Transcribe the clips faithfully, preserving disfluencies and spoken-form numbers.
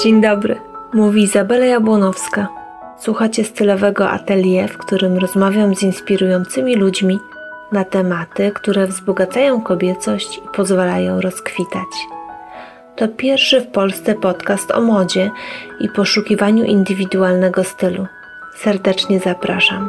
Dzień dobry, mówi Izabela Jabłonowska. Słuchacie stylowego atelier, w którym rozmawiam z inspirującymi ludźmi na tematy, które wzbogacają kobiecość i pozwalają rozkwitać. To pierwszy w Polsce podcast o modzie i poszukiwaniu indywidualnego stylu. Serdecznie zapraszam.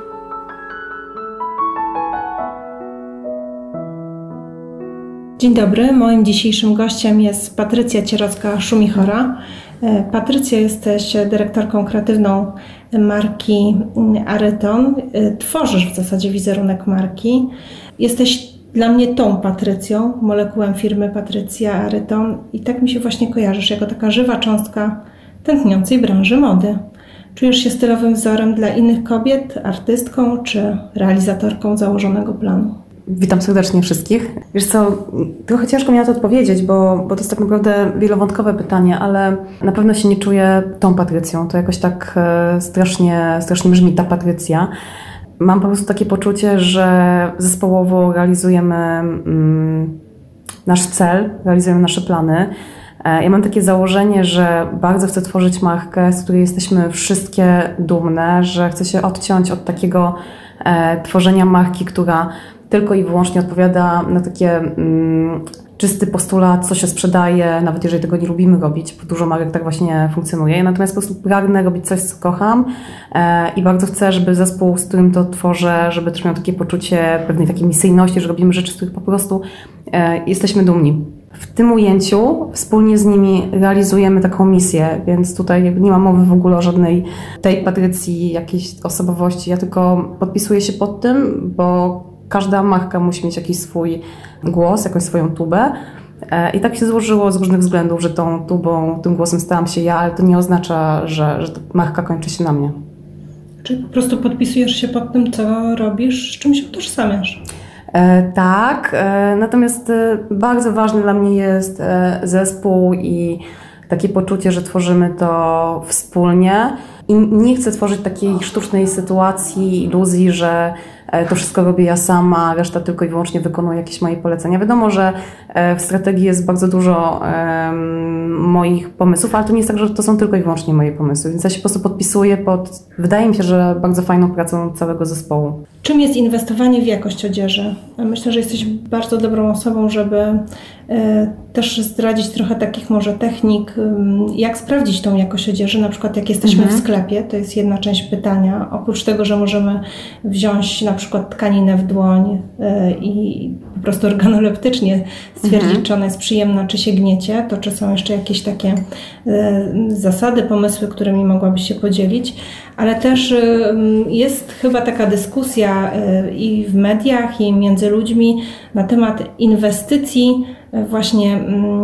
Dzień dobry, moim dzisiejszym gościem jest Patrycja Cierowska-Szumichora. Patrycja, jesteś dyrektorką kreatywną marki Aryton. Tworzysz w zasadzie wizerunek marki. Jesteś dla mnie tą Patrycją, molekułem firmy Patrycja Aryton i tak mi się właśnie kojarzysz, jako taka żywa cząstka tętniącej branży mody. Czujesz się stylowym wzorem dla innych kobiet, artystką czy realizatorką założonego planu? Witam serdecznie wszystkich. Wiesz co, trochę ciężko mi na to odpowiedzieć, bo, bo to jest tak naprawdę wielowątkowe pytanie, ale na pewno się nie czuję tą Patrycją. To jakoś tak e, strasznie, strasznie brzmi ta Patrycja. Mam po prostu takie poczucie, że zespołowo realizujemy mm, nasz cel, realizujemy nasze plany. E, ja mam takie założenie, że bardzo chcę tworzyć markę, z której jesteśmy wszystkie dumne, że chcę się odciąć od takiego e, tworzenia marki, która tylko i wyłącznie odpowiada na takie mm, czysty postulat, co się sprzedaje, nawet jeżeli tego nie lubimy robić, bo dużo marek tak właśnie funkcjonuje. Natomiast po prostu pragnę robić coś, co kocham e, i bardzo chcę, żeby zespół, z którym to tworzę, żeby też miał takie poczucie pewnej takiej misyjności, że robimy rzeczy, z których po prostu e, jesteśmy dumni. W tym ujęciu wspólnie z nimi realizujemy taką misję, więc tutaj nie ma mowy w ogóle o żadnej tej Patrycji, jakiejś osobowości. Ja tylko podpisuję się pod tym, bo każda marka musi mieć jakiś swój głos, jakąś swoją tubę. I tak się złożyło z różnych względów, że tą tubą, tym głosem stałam się ja, ale to nie oznacza, że, że ta marka kończy się na mnie. Czyli po prostu podpisujesz się pod tym, co robisz, z czym się utożsamiasz? E, tak, e, natomiast e, bardzo ważny dla mnie jest e, zespół i takie poczucie, że tworzymy to wspólnie. I nie chcę tworzyć takiej sztucznej sytuacji, iluzji, że to wszystko robię ja sama, reszta tylko i wyłącznie wykonuje jakieś moje polecenia. Wiadomo, że w strategii jest bardzo dużo um, moich pomysłów, ale to nie jest tak, że to są tylko i wyłącznie moje pomysły. Więc ja się po prostu podpisuję pod, wydaje mi się, że bardzo fajną pracą całego zespołu. Czym jest inwestowanie w jakość odzieży? Myślę, że jesteś bardzo dobrą osobą, żeby e, też zdradzić trochę takich może technik, jak sprawdzić tą jakość odzieży, na przykład jak jesteśmy mhm. w sklepie, to jest jedna część pytania. Oprócz tego, że możemy wziąć na przykład tkaninę w dłoń e, i po prostu organoleptycznie stwierdzić, mhm. czy ona jest przyjemna, czy się gniecie, to czy są jeszcze jakieś takie e, zasady, pomysły, którymi mogłabyś się podzielić. Ale też jest chyba taka dyskusja i w mediach, i między ludźmi na temat inwestycji właśnie,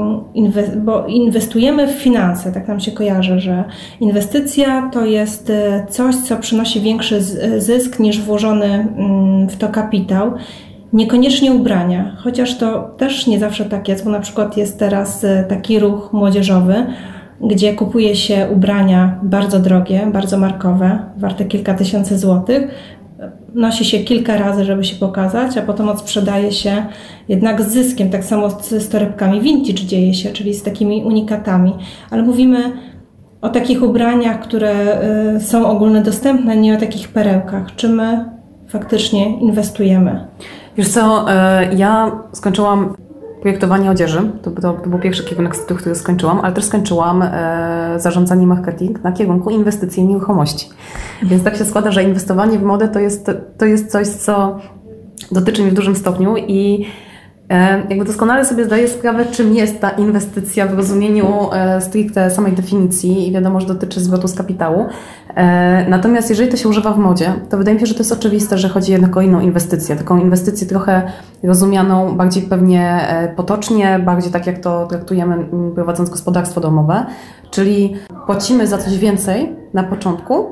bo inwestujemy w finanse, tak nam się kojarzy, że inwestycja to jest coś, co przynosi większy zysk niż włożony w to kapitał. Niekoniecznie ubrania, chociaż to też nie zawsze tak jest, bo na przykład jest teraz taki ruch młodzieżowy, gdzie kupuje się ubrania bardzo drogie, bardzo markowe, warte kilka tysięcy złotych, nosi się kilka razy, żeby się pokazać, a potem odsprzedaje się jednak z zyskiem, tak samo z torebkami vintage dzieje się, czyli z takimi unikatami, ale mówimy o takich ubraniach, które są ogólnodostępne, nie o takich perełkach. Czy my faktycznie inwestujemy? Wiesz co, ja skończyłam projektowanie odzieży, to, to, to był pierwszy kierunek studiów, który skończyłam, ale też skończyłam e, zarządzanie marketing na kierunku inwestycji i nieruchomości. Więc tak się składa, że inwestowanie w modę to jest, to jest coś, co dotyczy mnie w dużym stopniu i e, jakby doskonale sobie zdaję sprawę, czym jest ta inwestycja w rozumieniu e, stricte samej definicji i wiadomo, że dotyczy zwrotu z kapitału. E, natomiast jeżeli to się używa w modzie, to wydaje mi się, że to jest oczywiste, że chodzi jednak o inną inwestycję. Taką inwestycję trochę rozumianą bardziej pewnie e, potocznie, bardziej tak jak to traktujemy prowadząc gospodarstwo domowe, czyli płacimy za coś więcej na początku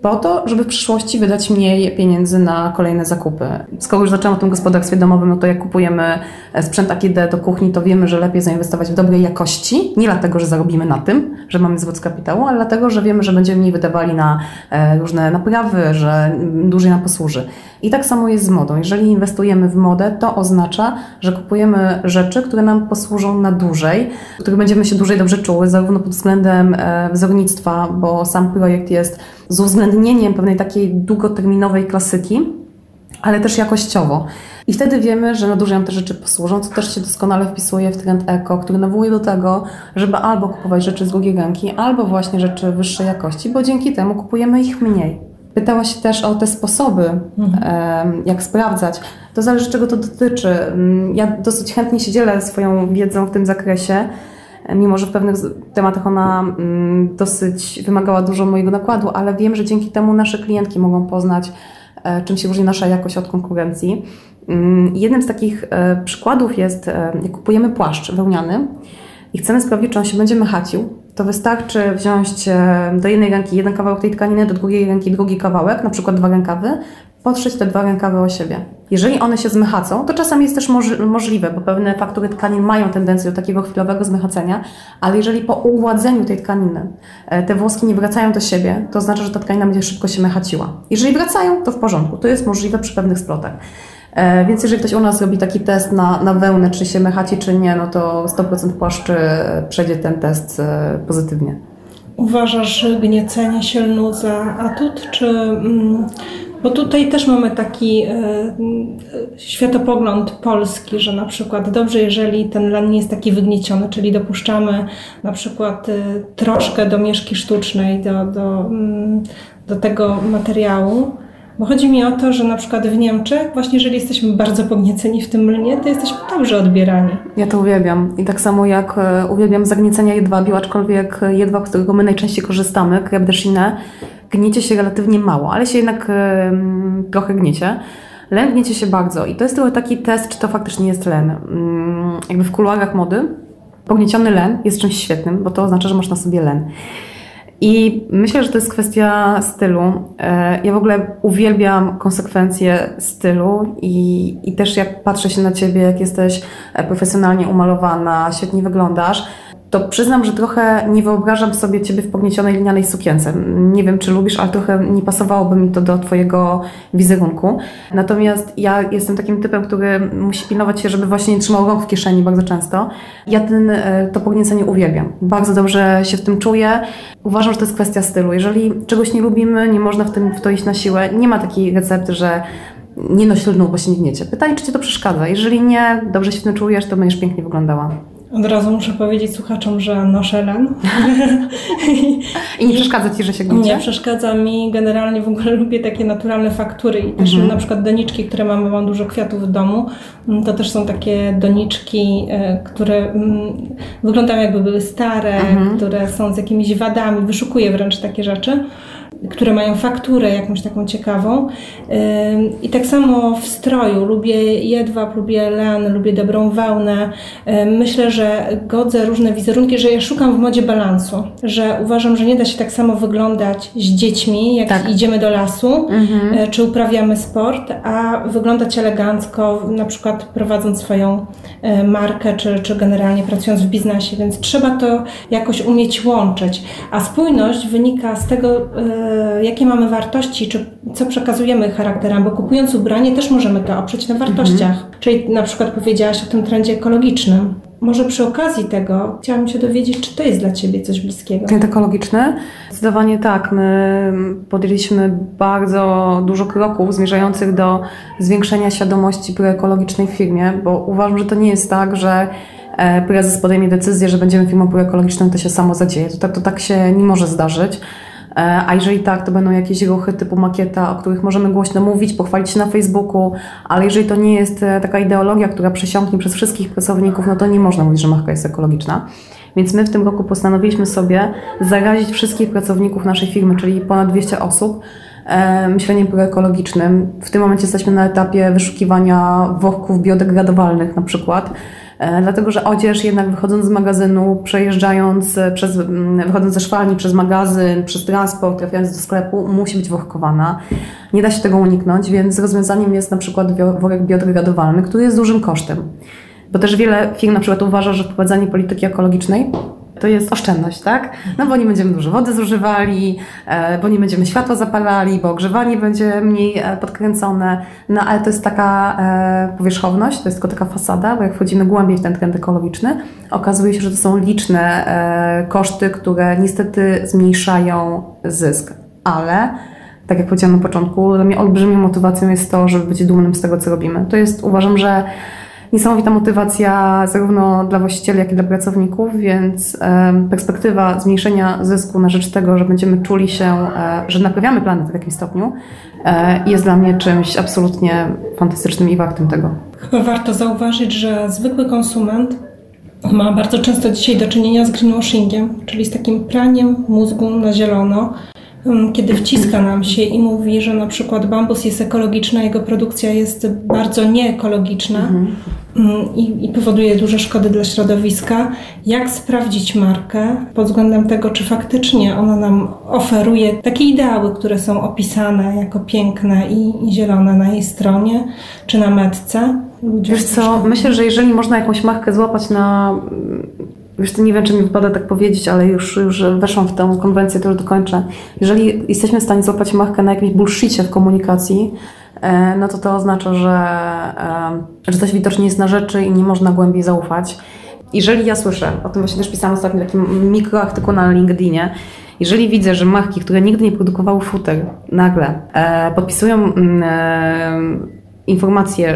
po to, żeby w przyszłości wydać mniej pieniędzy na kolejne zakupy. Skoro już zaczęłam o tym gospodarstwie domowym, no to jak kupujemy sprzęt A K D do kuchni, to wiemy, że lepiej zainwestować w dobrej jakości. Nie dlatego, że zarobimy na tym, że mamy zwrot z kapitału, ale dlatego, że wiemy, że będziemy mniej wydawali na różne naprawy, że dłużej nam posłuży. I tak samo jest z modą. Jeżeli inwestujemy w modę, to oznacza, że kupujemy rzeczy, które nam posłużą na dłużej, w których będziemy się dłużej dobrze czuły, zarówno pod względem wzornictwa, bo sam projekt jest z uwzględnieniem pewnej takiej długoterminowej klasyki, ale też jakościowo. I wtedy wiemy, że na dłużej nam te rzeczy posłużą, co też się doskonale wpisuje w trend eko, który nawołuje do tego, żeby albo kupować rzeczy z drugiej ręki, albo właśnie rzeczy wyższej jakości, bo dzięki temu kupujemy ich mniej. Pytałaś też o te sposoby, mhm. jak sprawdzać. To zależy, czego to dotyczy. Ja dosyć chętnie się dzielę swoją wiedzą w tym zakresie, mimo że w pewnych tematach ona dosyć wymagała dużo mojego nakładu, ale wiem, że dzięki temu nasze klientki mogą poznać, czym się różni nasza jakość od konkurencji. Jednym z takich przykładów jest, jak kupujemy płaszcz wełniany i chcemy sprawdzić, czy on się będzie mechacił, to wystarczy wziąć do jednej ręki jeden kawałek tej tkaniny, do drugiej ręki drugi kawałek, na przykład dwa rękawy, podszyć te dwa rękawy o siebie. Jeżeli one się zmechacą, to czasem jest też moż- możliwe, bo pewne faktury tkanin mają tendencję do takiego chwilowego zmechacenia, ale jeżeli po ugładzeniu tej tkaniny te włoski nie wracają do siebie, to oznacza, że ta tkanina będzie szybko się mechaciła. Jeżeli wracają, to w porządku. To jest możliwe przy pewnych splotach. Więc jeżeli ktoś u nas robi taki test na, na wełnę, czy się mechaci, czy nie, no to sto procent płaszczy przejdzie ten test pozytywnie. Uważasz, że gniecenie się lnu za atut, czy... Mm, bo tutaj też mamy taki y, y, światopogląd polski, że na przykład dobrze, jeżeli ten len nie jest taki wygnieciony, czyli dopuszczamy na przykład y, troszkę do mieszki sztucznej, do, do, y, do tego materiału. Bo chodzi mi o to, że na przykład w Niemczech, właśnie jeżeli jesteśmy bardzo pognieceni w tym lnie, to jesteśmy dobrze odbierani. Ja to uwielbiam. I tak samo jak uwielbiam zagniecenia jedwabiu, aczkolwiek jedwab, z którego my najczęściej korzystamy, crêpe de Chine, gniecie się relatywnie mało, ale się jednak um, trochę gniecie. Len gniecie się bardzo i to jest trochę taki test, czy to faktycznie jest len. Um, jakby w kuluarach mody pognieciony len jest czymś świetnym, bo to oznacza, że masz na sobie len. I myślę, że to jest kwestia stylu. Ja w ogóle uwielbiam konsekwencje stylu i, i też jak patrzę się na Ciebie, jak jesteś profesjonalnie umalowana, świetnie wyglądasz, to przyznam, że trochę nie wyobrażam sobie Ciebie w pogniecionej linianej sukience. Nie wiem, czy lubisz, ale trochę nie pasowałoby mi to do Twojego wizerunku. Natomiast ja jestem takim typem, który musi pilnować się, żeby właśnie nie trzymał rąk w kieszeni bardzo często. Ja ten, to pogniecenie uwielbiam. Bardzo dobrze się w tym czuję. Uważam, że to jest kwestia stylu. Jeżeli czegoś nie lubimy, nie można w tym w to iść na siłę. Nie ma takiej recepty, że nie noś lnu, bo się nie gniecie. Pytanie, czy Ci to przeszkadza. Jeżeli nie, dobrze się w tym czujesz, to będziesz pięknie wyglądała. Od razu muszę powiedzieć słuchaczom, że noszę len. I nie przeszkadza Ci, że się gniecie? Nie przeszkadza mi. Generalnie w ogóle lubię takie naturalne faktury i też mhm. na przykład doniczki, które mamy, mam dużo kwiatów w domu, to też są takie doniczki, które wyglądają jakby były stare, mhm. które są z jakimiś wadami. Wyszukuję wręcz takie rzeczy, które mają fakturę jakąś taką ciekawą. I tak samo w stroju. Lubię jedwab, lubię len, lubię dobrą wełnę. Myślę, że godzę różne wizerunki, że ja szukam w modzie balansu. Że uważam, że nie da się tak samo wyglądać z dziećmi, jak tak. idziemy do lasu, mhm. czy uprawiamy sport, a wyglądać elegancko, na przykład prowadząc swoją markę, czy, czy generalnie pracując w biznesie. Więc trzeba to jakoś umieć łączyć. A spójność wynika z tego, jakie mamy wartości, czy co przekazujemy charakterem, bo kupując ubranie też możemy to oprzeć na wartościach. Mhm. Czyli na przykład powiedziałaś o tym trendzie ekologicznym. Może przy okazji tego chciałam się dowiedzieć, czy to jest dla Ciebie coś bliskiego? Trend ekologiczny? Zdecydowanie tak. My podjęliśmy bardzo dużo kroków zmierzających do zwiększenia świadomości proekologicznej w firmie, bo uważam, że to nie jest tak, że prezes podejmie decyzję, że będziemy firmą proekologiczną i to się samo zadzieje. To tak, to tak się nie może zdarzyć. A jeżeli tak, to będą jakieś ruchy typu makieta, o których możemy głośno mówić, pochwalić się na Facebooku, ale jeżeli to nie jest taka ideologia, która przesiąknie przez wszystkich pracowników, no to nie można mówić, że marka jest ekologiczna. Więc my w tym roku postanowiliśmy sobie zarazić wszystkich pracowników naszej firmy, czyli ponad dwieście osób, myśleniem proekologicznym. W tym momencie jesteśmy na etapie wyszukiwania worków biodegradowalnych na przykład, Dlatego, że odzież jednak wychodząc z magazynu, przejeżdżając, przez, wychodząc ze szwalni przez magazyn, przez transport, trafiając do sklepu, musi być workowana. Nie da się tego uniknąć, więc rozwiązaniem jest na przykład worek biodegradowalny, który jest dużym kosztem. Bo też wiele firm na przykład uważa, że wprowadzanie polityki ekologicznej to jest oszczędność, tak? No bo nie będziemy dużo wody zużywali, bo nie będziemy światła zapalali, bo ogrzewanie będzie mniej podkręcone. No ale to jest taka powierzchowność, to jest tylko taka fasada, bo jak wchodzimy głębiej w ten trend ekologiczny, okazuje się, że to są liczne koszty, które niestety zmniejszają zysk. Ale tak jak powiedziałam na początku, dla mnie olbrzymią motywacją jest to, żeby być dumnym z tego, co robimy. To jest, uważam, że niesamowita motywacja zarówno dla właścicieli, jak i dla pracowników, więc e, perspektywa zmniejszenia zysku na rzecz tego, że będziemy czuli się, e, że naprawiamy planet w jakimś stopniu, e, jest dla mnie czymś absolutnie fantastycznym i wartym tego. Chyba warto zauważyć, że zwykły konsument ma bardzo często dzisiaj do czynienia z greenwashingiem, czyli z takim praniem mózgu na zielono, kiedy wciska nam się i mówi, że na przykład bambus jest ekologiczny, a jego produkcja jest bardzo nieekologiczna mhm. i, i powoduje duże szkody dla środowiska. Jak sprawdzić markę pod względem tego, czy faktycznie ona nam oferuje takie ideały, które są opisane jako piękne i, i zielone na jej stronie, czy na metce? Ludzie Wiesz co, myślę, że jeżeli można jakąś markę złapać na... Wiesz, to nie wiem, czy mi wypada tak powiedzieć, ale już, już weszłam w tę konwencję, to już dokończę. Jeżeli jesteśmy w stanie złapać markę na jakimś bullshicie w komunikacji, no to to oznacza, że, że coś widocznie jest na rzeczy i nie można głębiej zaufać. Jeżeli ja słyszę, o tym właśnie też pisałam ostatnio w takim mikroartykuł na LinkedInie, jeżeli widzę, że marki, które nigdy nie produkowały futer, nagle podpisują informację,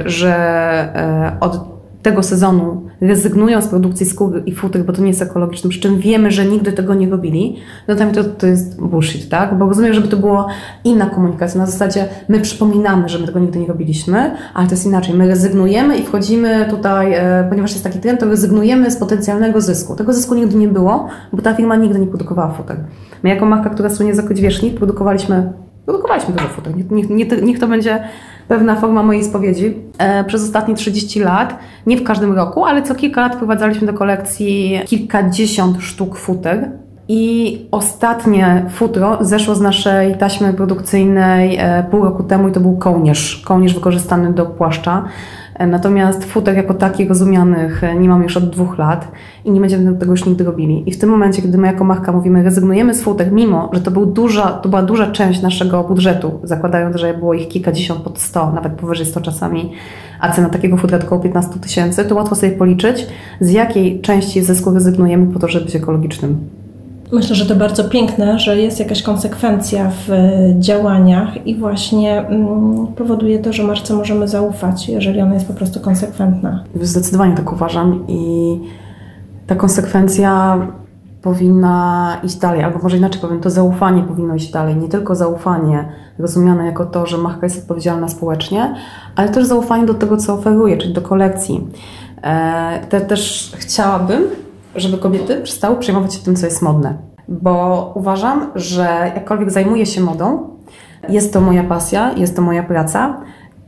że od tego sezonu rezygnują z produkcji skóry i futer, bo to nie jest ekologiczne, przy czym wiemy, że nigdy tego nie robili, no to to, to jest bullshit, tak? Bo rozumiem, żeby to była inna komunikacja. Na zasadzie my przypominamy, że my tego nigdy nie robiliśmy, ale to jest inaczej. My rezygnujemy i wchodzimy tutaj, e, ponieważ jest taki trend, to rezygnujemy z potencjalnego zysku. Tego zysku nigdy nie było, bo ta firma nigdy nie produkowała futer. My jako marka, która słynie z zakryć wierzchni, produkowaliśmy, produkowaliśmy dużo futer. Niech, niech, niech to będzie pewna forma mojej spowiedzi. E, przez ostatnie trzydzieści lat, nie w każdym roku, ale co kilka lat wprowadzaliśmy do kolekcji kilkadziesiąt sztuk futer. I ostatnie futro zeszło z naszej taśmy produkcyjnej e, pół roku temu i to był kołnierz. Kołnierz wykorzystany do płaszcza. E, natomiast futer jako takich rozumianych nie mamy już od dwóch lat i nie będziemy tego już nigdy robili. I w tym momencie, kiedy my jako marka mówimy, rezygnujemy z futer, mimo że to, był duża, to była duża część naszego budżetu, zakładając, że było ich kilkadziesiąt pod sto, nawet powyżej sto czasami, a cena takiego futra to około piętnaście tysięcy, to łatwo sobie policzyć, z jakiej części zysku rezygnujemy po to, żeby być ekologicznym. Myślę, że to bardzo piękne, że jest jakaś konsekwencja w działaniach i właśnie mm, powoduje to, że marce możemy zaufać, jeżeli ona jest po prostu konsekwentna. Zdecydowanie tak uważam i ta konsekwencja powinna iść dalej, albo może inaczej powiem, to zaufanie powinno iść dalej. Nie tylko zaufanie rozumiane jako to, że marka jest odpowiedzialna społecznie, ale też zaufanie do tego, co oferuje, czyli do kolekcji. E, te, też chciałabym, żeby kobiety przestały przejmować się tym, co jest modne. Bo uważam, że jakkolwiek zajmuję się modą, jest to moja pasja, jest to moja praca,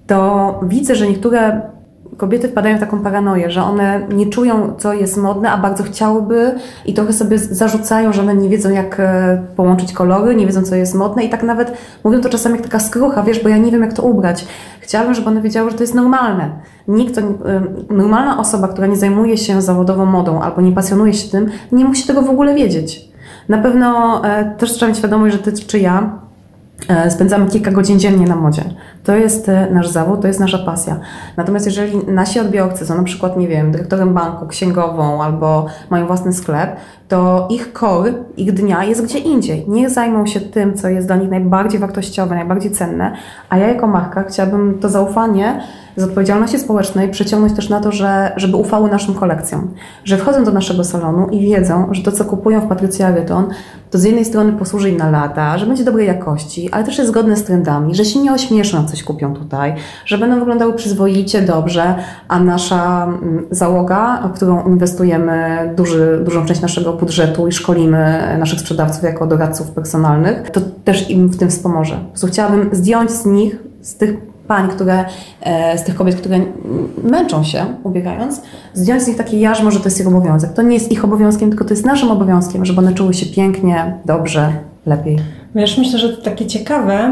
to widzę, że niektóre kobiety wpadają w taką paranoję, że one nie czują, co jest modne, a bardzo chciałyby i trochę sobie zarzucają, że one nie wiedzą, jak połączyć kolory, nie wiedzą, co jest modne i tak nawet mówią to czasami jak taka skrucha, wiesz, bo ja nie wiem, jak to ubrać. Chciałabym, żeby one wiedziały, że to jest normalne. Nikt, normalna osoba, która nie zajmuje się zawodową modą albo nie pasjonuje się tym, nie musi tego w ogóle wiedzieć. Na pewno e, też trzeba mieć świadomość, że ty czy ja e, spędzamy kilka godzin dziennie na modzie. To jest e, nasz zawód, to jest nasza pasja. Natomiast jeżeli nasi odbiorcy są na przykład, nie wiem, dyrektorem banku, księgową albo mają własny sklep, to ich core, ich dnia jest gdzie indziej. Nie zajmą się tym, co jest dla nich najbardziej wartościowe, najbardziej cenne, a ja jako marka chciałabym to zaufanie z odpowiedzialności społecznej przeciągnąć też na to, że, żeby ufały naszym kolekcjom. Że wchodzą do naszego salonu i wiedzą, że to, co kupują w Patrycja Ryton, to z jednej strony posłuży im na lata, że będzie dobrej jakości, ale też jest zgodne z trendami, że się nie ośmieszą, jak coś kupią tutaj, że będą wyglądały przyzwoicie, dobrze, a nasza załoga, w którą inwestujemy duży, dużą część naszego budżetu i szkolimy naszych sprzedawców jako doradców personalnych, to też im w tym wspomoże. Po prostu chciałabym zdjąć z nich, z tych pań, które, z tych kobiet, które męczą się ubiegając, zdjąć z nich takie jarzmo, że to jest ich obowiązek. To nie jest ich obowiązkiem, tylko to jest naszym obowiązkiem, żeby one czuły się pięknie, dobrze, lepiej. Wiesz, myślę, że to takie ciekawe,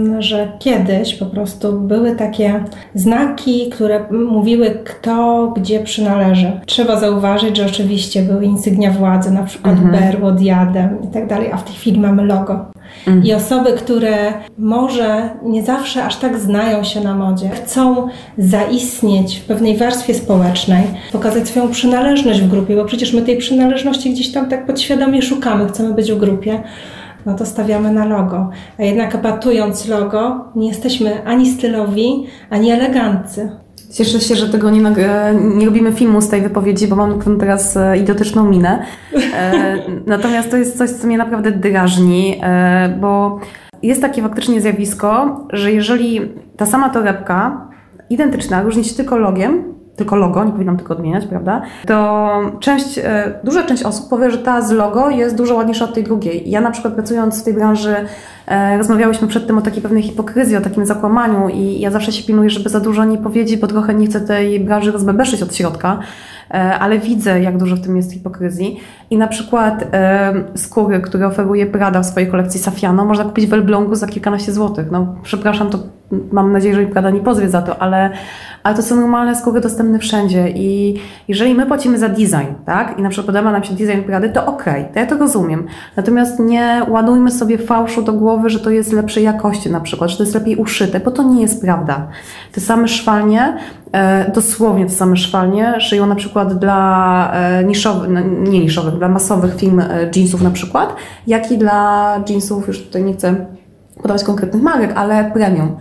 że kiedyś po prostu były takie znaki, które mówiły, kto gdzie przynależy. Trzeba zauważyć, że oczywiście były insygnia władzy, na przykład mhm. berło, diadem i tak dalej, a w tej chwili mamy logo. Mhm. I osoby, które może nie zawsze aż tak znają się na modzie, chcą zaistnieć w pewnej warstwie społecznej, pokazać swoją przynależność w grupie, bo przecież my tej przynależności gdzieś tam tak podświadomie szukamy, chcemy być w grupie, no to stawiamy na logo. A jednak epatując logo, nie jesteśmy ani stylowi, ani eleganccy. Cieszę się, że tego nie, nie robimy filmu z tej wypowiedzi, bo mam teraz idiotyczną minę. E, natomiast to jest coś, co mnie naprawdę drażni, e, bo jest takie faktycznie zjawisko, że jeżeli ta sama torebka, identyczna, różni się tylko logiem, tylko logo, nie powinnam tylko odmieniać, prawda? To część, duża część osób powie, że ta z logo jest dużo ładniejsza od tej drugiej. Ja na przykład pracując w tej branży rozmawiałyśmy przedtem o takiej pewnej hipokryzji, o takim zakłamaniu i ja zawsze się pilnuję, żeby za dużo nie powiedzieć, bo trochę nie chcę tej branży rozbebeszyć od środka, ale widzę, jak dużo w tym jest hipokryzji. I na przykład e, skóry, które oferuje Prada w swojej kolekcji Saffiano, można kupić w Elblągu za kilkanaście złotych. No przepraszam, to mam nadzieję, że mi Prada nie pozwie za to, ale, ale to są normalne skóry dostępne wszędzie i jeżeli my płacimy za design, tak, i na przykład podoba nam się design Prady, to okej, okay, to ja to rozumiem. Natomiast nie ładujmy sobie fałszu do głowy, że to jest lepszej jakości na przykład, że to jest lepiej uszyte, bo to nie jest prawda. Te same szwalnie, e, dosłownie te same szwalnie szyją na przykład dla e, niszowych, no, nie niszowych, dla masowych firm e, jeansów na przykład, jak i dla jeansów, już tutaj nie chcę podawać konkretnych marek, ale premium.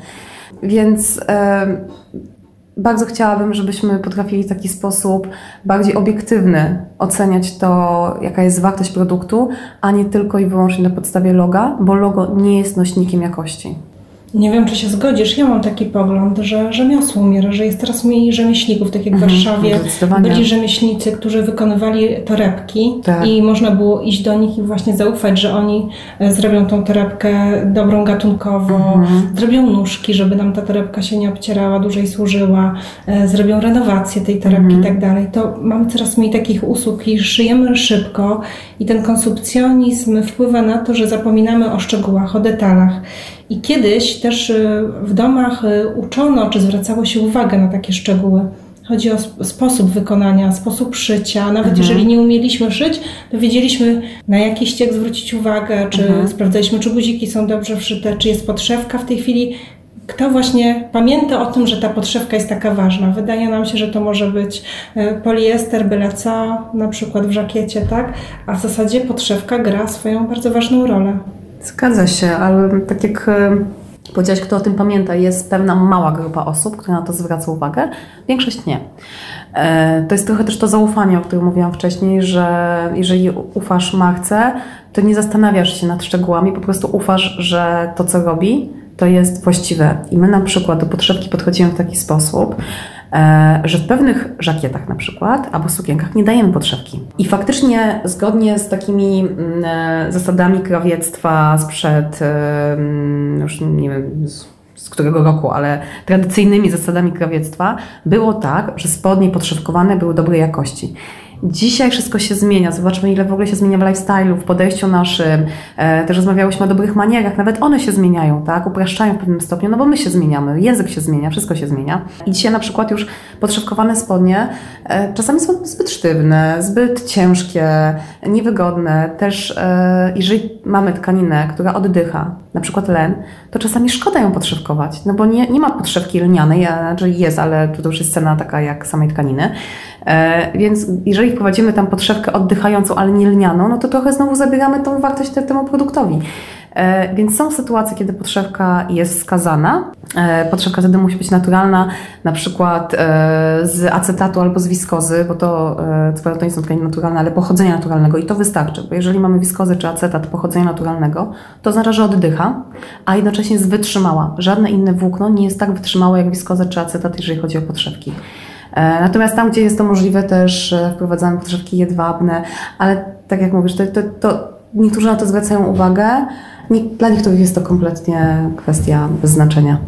Więc e, bardzo chciałabym, żebyśmy potrafili w taki sposób bardziej obiektywny oceniać to, jaka jest wartość produktu, a nie tylko i wyłącznie na podstawie loga, bo logo nie jest nośnikiem jakości. Nie wiem, czy się zgodzisz. Ja mam taki pogląd, że rzemiosło umiera, że jest coraz mniej rzemieślników, tak jak w Warszawie byli rzemieślnicy, którzy wykonywali torebki tak. i można było iść do nich i właśnie zaufać, że oni zrobią tą torebkę dobrą gatunkowo, mhm. zrobią nóżki, żeby nam ta torebka się nie obcierała, dłużej służyła, zrobią renowację tej torebki mhm. i tak dalej. To mamy coraz mniej takich usług i szyjemy szybko i ten konsumpcjonizm wpływa na to, że zapominamy o szczegółach, o detalach. I kiedyś też w domach uczono, czy zwracało się uwagę na takie szczegóły. Chodzi o sp- sposób wykonania, sposób szycia. Nawet mhm. jeżeli nie umieliśmy szyć, to wiedzieliśmy, na jaki ścieg zwrócić uwagę, czy mhm. sprawdzaliśmy, czy guziki są dobrze wszyte, czy jest podszewka. W tej chwili kto właśnie pamięta o tym, że ta podszewka jest taka ważna. Wydaje nam się, że to może być poliester, byle co, na przykład w żakiecie, tak? A w zasadzie podszewka gra swoją bardzo ważną rolę. Zgadza się, ale tak jak powiedziałaś, kto o tym pamięta, jest pewna mała grupa osób, która na to zwraca uwagę, większość nie. To jest trochę też to zaufanie, o którym mówiłam wcześniej, że jeżeli ufasz marce, to nie zastanawiasz się nad szczegółami, po prostu ufasz, że to, co robi, to jest właściwe. I my na przykład do podszewki podchodzimy w taki sposób, że w pewnych żakietach na przykład, albo sukienkach nie dajemy podszewki. I faktycznie zgodnie z takimi zasadami krawiectwa sprzed, już nie wiem z, z którego roku, ale tradycyjnymi zasadami krawiectwa, było tak, że spodnie podszewkowane były dobrej jakości. Dzisiaj wszystko się zmienia. Zobaczmy, ile w ogóle się zmienia w lifestyle'u, w podejściu naszym. E, też rozmawiałyśmy o dobrych manierach. Nawet one się zmieniają, tak? Upraszczają w pewnym stopniu, no bo my się zmieniamy. Język się zmienia, wszystko się zmienia. I dzisiaj na przykład już podszewkowane spodnie e, czasami są zbyt sztywne, zbyt ciężkie, niewygodne. Też e, jeżeli mamy tkaninę, która oddycha, na przykład len, to czasami szkoda ją podszewkować, no bo nie, nie ma podszewki lnianej, znaczy jest, ale to już jest cena taka jak samej tkaniny. E, więc jeżeli wprowadzimy tam podszewkę oddychającą, ale nie lnianą, no to trochę znowu zabieramy tą wartość temu produktowi. E, więc są sytuacje, kiedy podszewka jest skazana. E, podszewka wtedy musi być naturalna, na przykład e, z acetatu albo z wiskozy, bo to, e, co prawda to nie są tkaniny naturalne, ale pochodzenia naturalnego i to wystarczy, bo jeżeli mamy wiskozę czy acetat pochodzenia naturalnego, to oznacza, że oddycha, a jednocześnie jest wytrzymała. Żadne inne włókno nie jest tak wytrzymałe jak wiskoza czy acetat, jeżeli chodzi o podszewki. Natomiast tam, gdzie jest to możliwe, też wprowadzamy podszewki jedwabne, ale tak jak mówisz, to, to, to niektórzy na to zwracają uwagę, nie, dla niektórych jest to kompletnie kwestia bez znaczenia.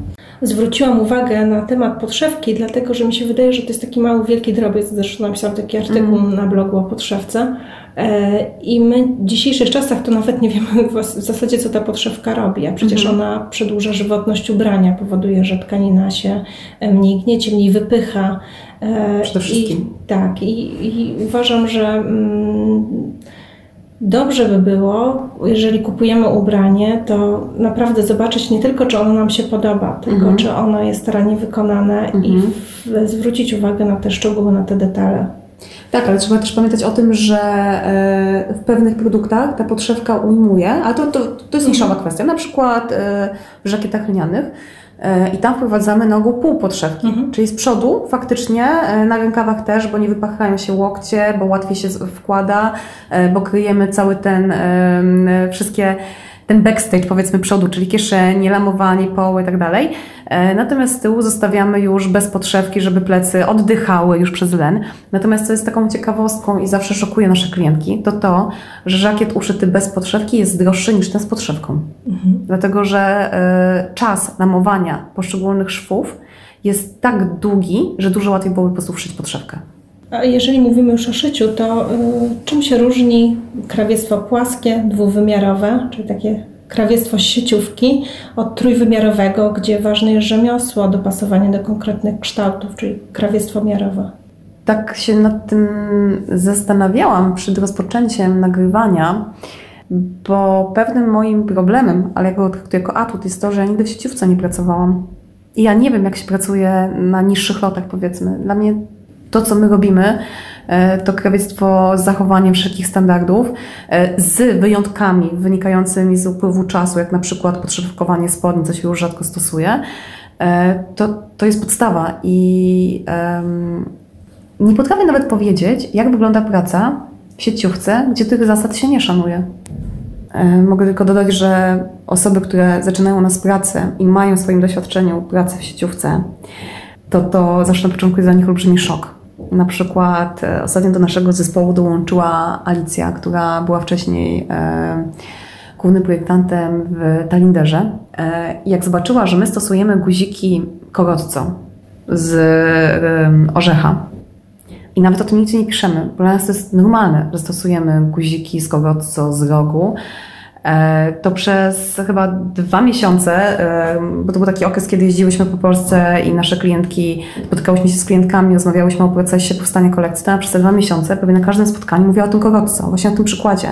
zwróciłam uwagę na temat podszewki, dlatego że mi się wydaje, że to jest taki mały, wielki drobiazg. Zresztą napisałam taki artykuł mm. na blogu o podszewce. I my w dzisiejszych czasach to nawet nie wiemy w zasadzie, co ta podszewka robi, a przecież mm. ona przedłuża żywotność ubrania, powoduje, że tkanina się mniej gniecie, mniej wypycha. Przede wszystkim. I, tak, i, i uważam, że mm, dobrze by było, jeżeli kupujemy ubranie, to naprawdę zobaczyć nie tylko, czy ono nam się podoba, tylko mm. czy ono jest starannie wykonane mm. i w, zwrócić uwagę na te szczegóły, na te detale. Tak, ale trzeba też pamiętać o tym, że w pewnych produktach ta podszewka ujmuje, a to, to, to jest niszowa kwestia, na przykład w żakietach lnianych i tam wprowadzamy na ogół pół podszewki, mhm. czyli z przodu faktycznie, na rękawach też, bo nie wypachają się łokcie, bo łatwiej się wkłada, bo kryjemy cały ten, wszystkie ten backstage, powiedzmy przodu, czyli kieszenie, lamowanie, poły i tak dalej. Natomiast z tyłu zostawiamy już bez podszewki, żeby plecy oddychały już przez len. Natomiast co jest taką ciekawostką i zawsze szokuje nasze klientki, to to, że żakiet uszyty bez podszewki jest droższy niż ten z podszewką. Mhm. Dlatego, że y, czas lamowania poszczególnych szwów jest tak długi, że dużo łatwiej byłoby po prostu uszyć podszewkę. A jeżeli mówimy już o szyciu, to y, czym się różni krawiectwo płaskie, dwuwymiarowe, czyli takie krawiectwo sieciówki od trójwymiarowego, gdzie ważne jest rzemiosło, dopasowanie do konkretnych kształtów, czyli krawiectwo miarowe? Tak się nad tym zastanawiałam przed rozpoczęciem nagrywania, bo pewnym moim problemem, ale ja go traktuję jako atut, jest to, że ja nigdy w sieciówce nie pracowałam. I ja nie wiem, jak się pracuje na niższych lotach, powiedzmy. Dla mnie to, co my robimy, to krawiectwo z zachowaniem wszelkich standardów, z wyjątkami wynikającymi z upływu czasu, jak na przykład podszewkowanie spodni, co się już rzadko stosuje, to, to jest podstawa. I um, nie potrafię nawet powiedzieć, jak wygląda praca w sieciówce, gdzie tych zasad się nie szanuje. Mogę tylko dodać, że osoby, które zaczynają u nas pracę i mają w swoim doświadczeniu pracę w sieciówce, to to zawsze na początku jest dla nich olbrzymi szok. Na przykład ostatnio do naszego zespołu dołączyła Alicja, która była wcześniej e, głównym projektantem w Talinderze. E, jak zobaczyła, że my stosujemy guziki Corozzo z e, orzecha i nawet o tym nigdzie nie piszemy, bo dla nas to jest normalne, że stosujemy guziki z Corozzo z rogu, to przez chyba dwa miesiące, bo to był taki okres, kiedy jeździłyśmy po Polsce i nasze klientki, spotykałyśmy się z klientkami, rozmawiałyśmy o procesie powstania kolekcji, to przez te dwa miesiące prawie na każdym spotkaniu mówiła o tym Corozzo, właśnie o tym przykładzie,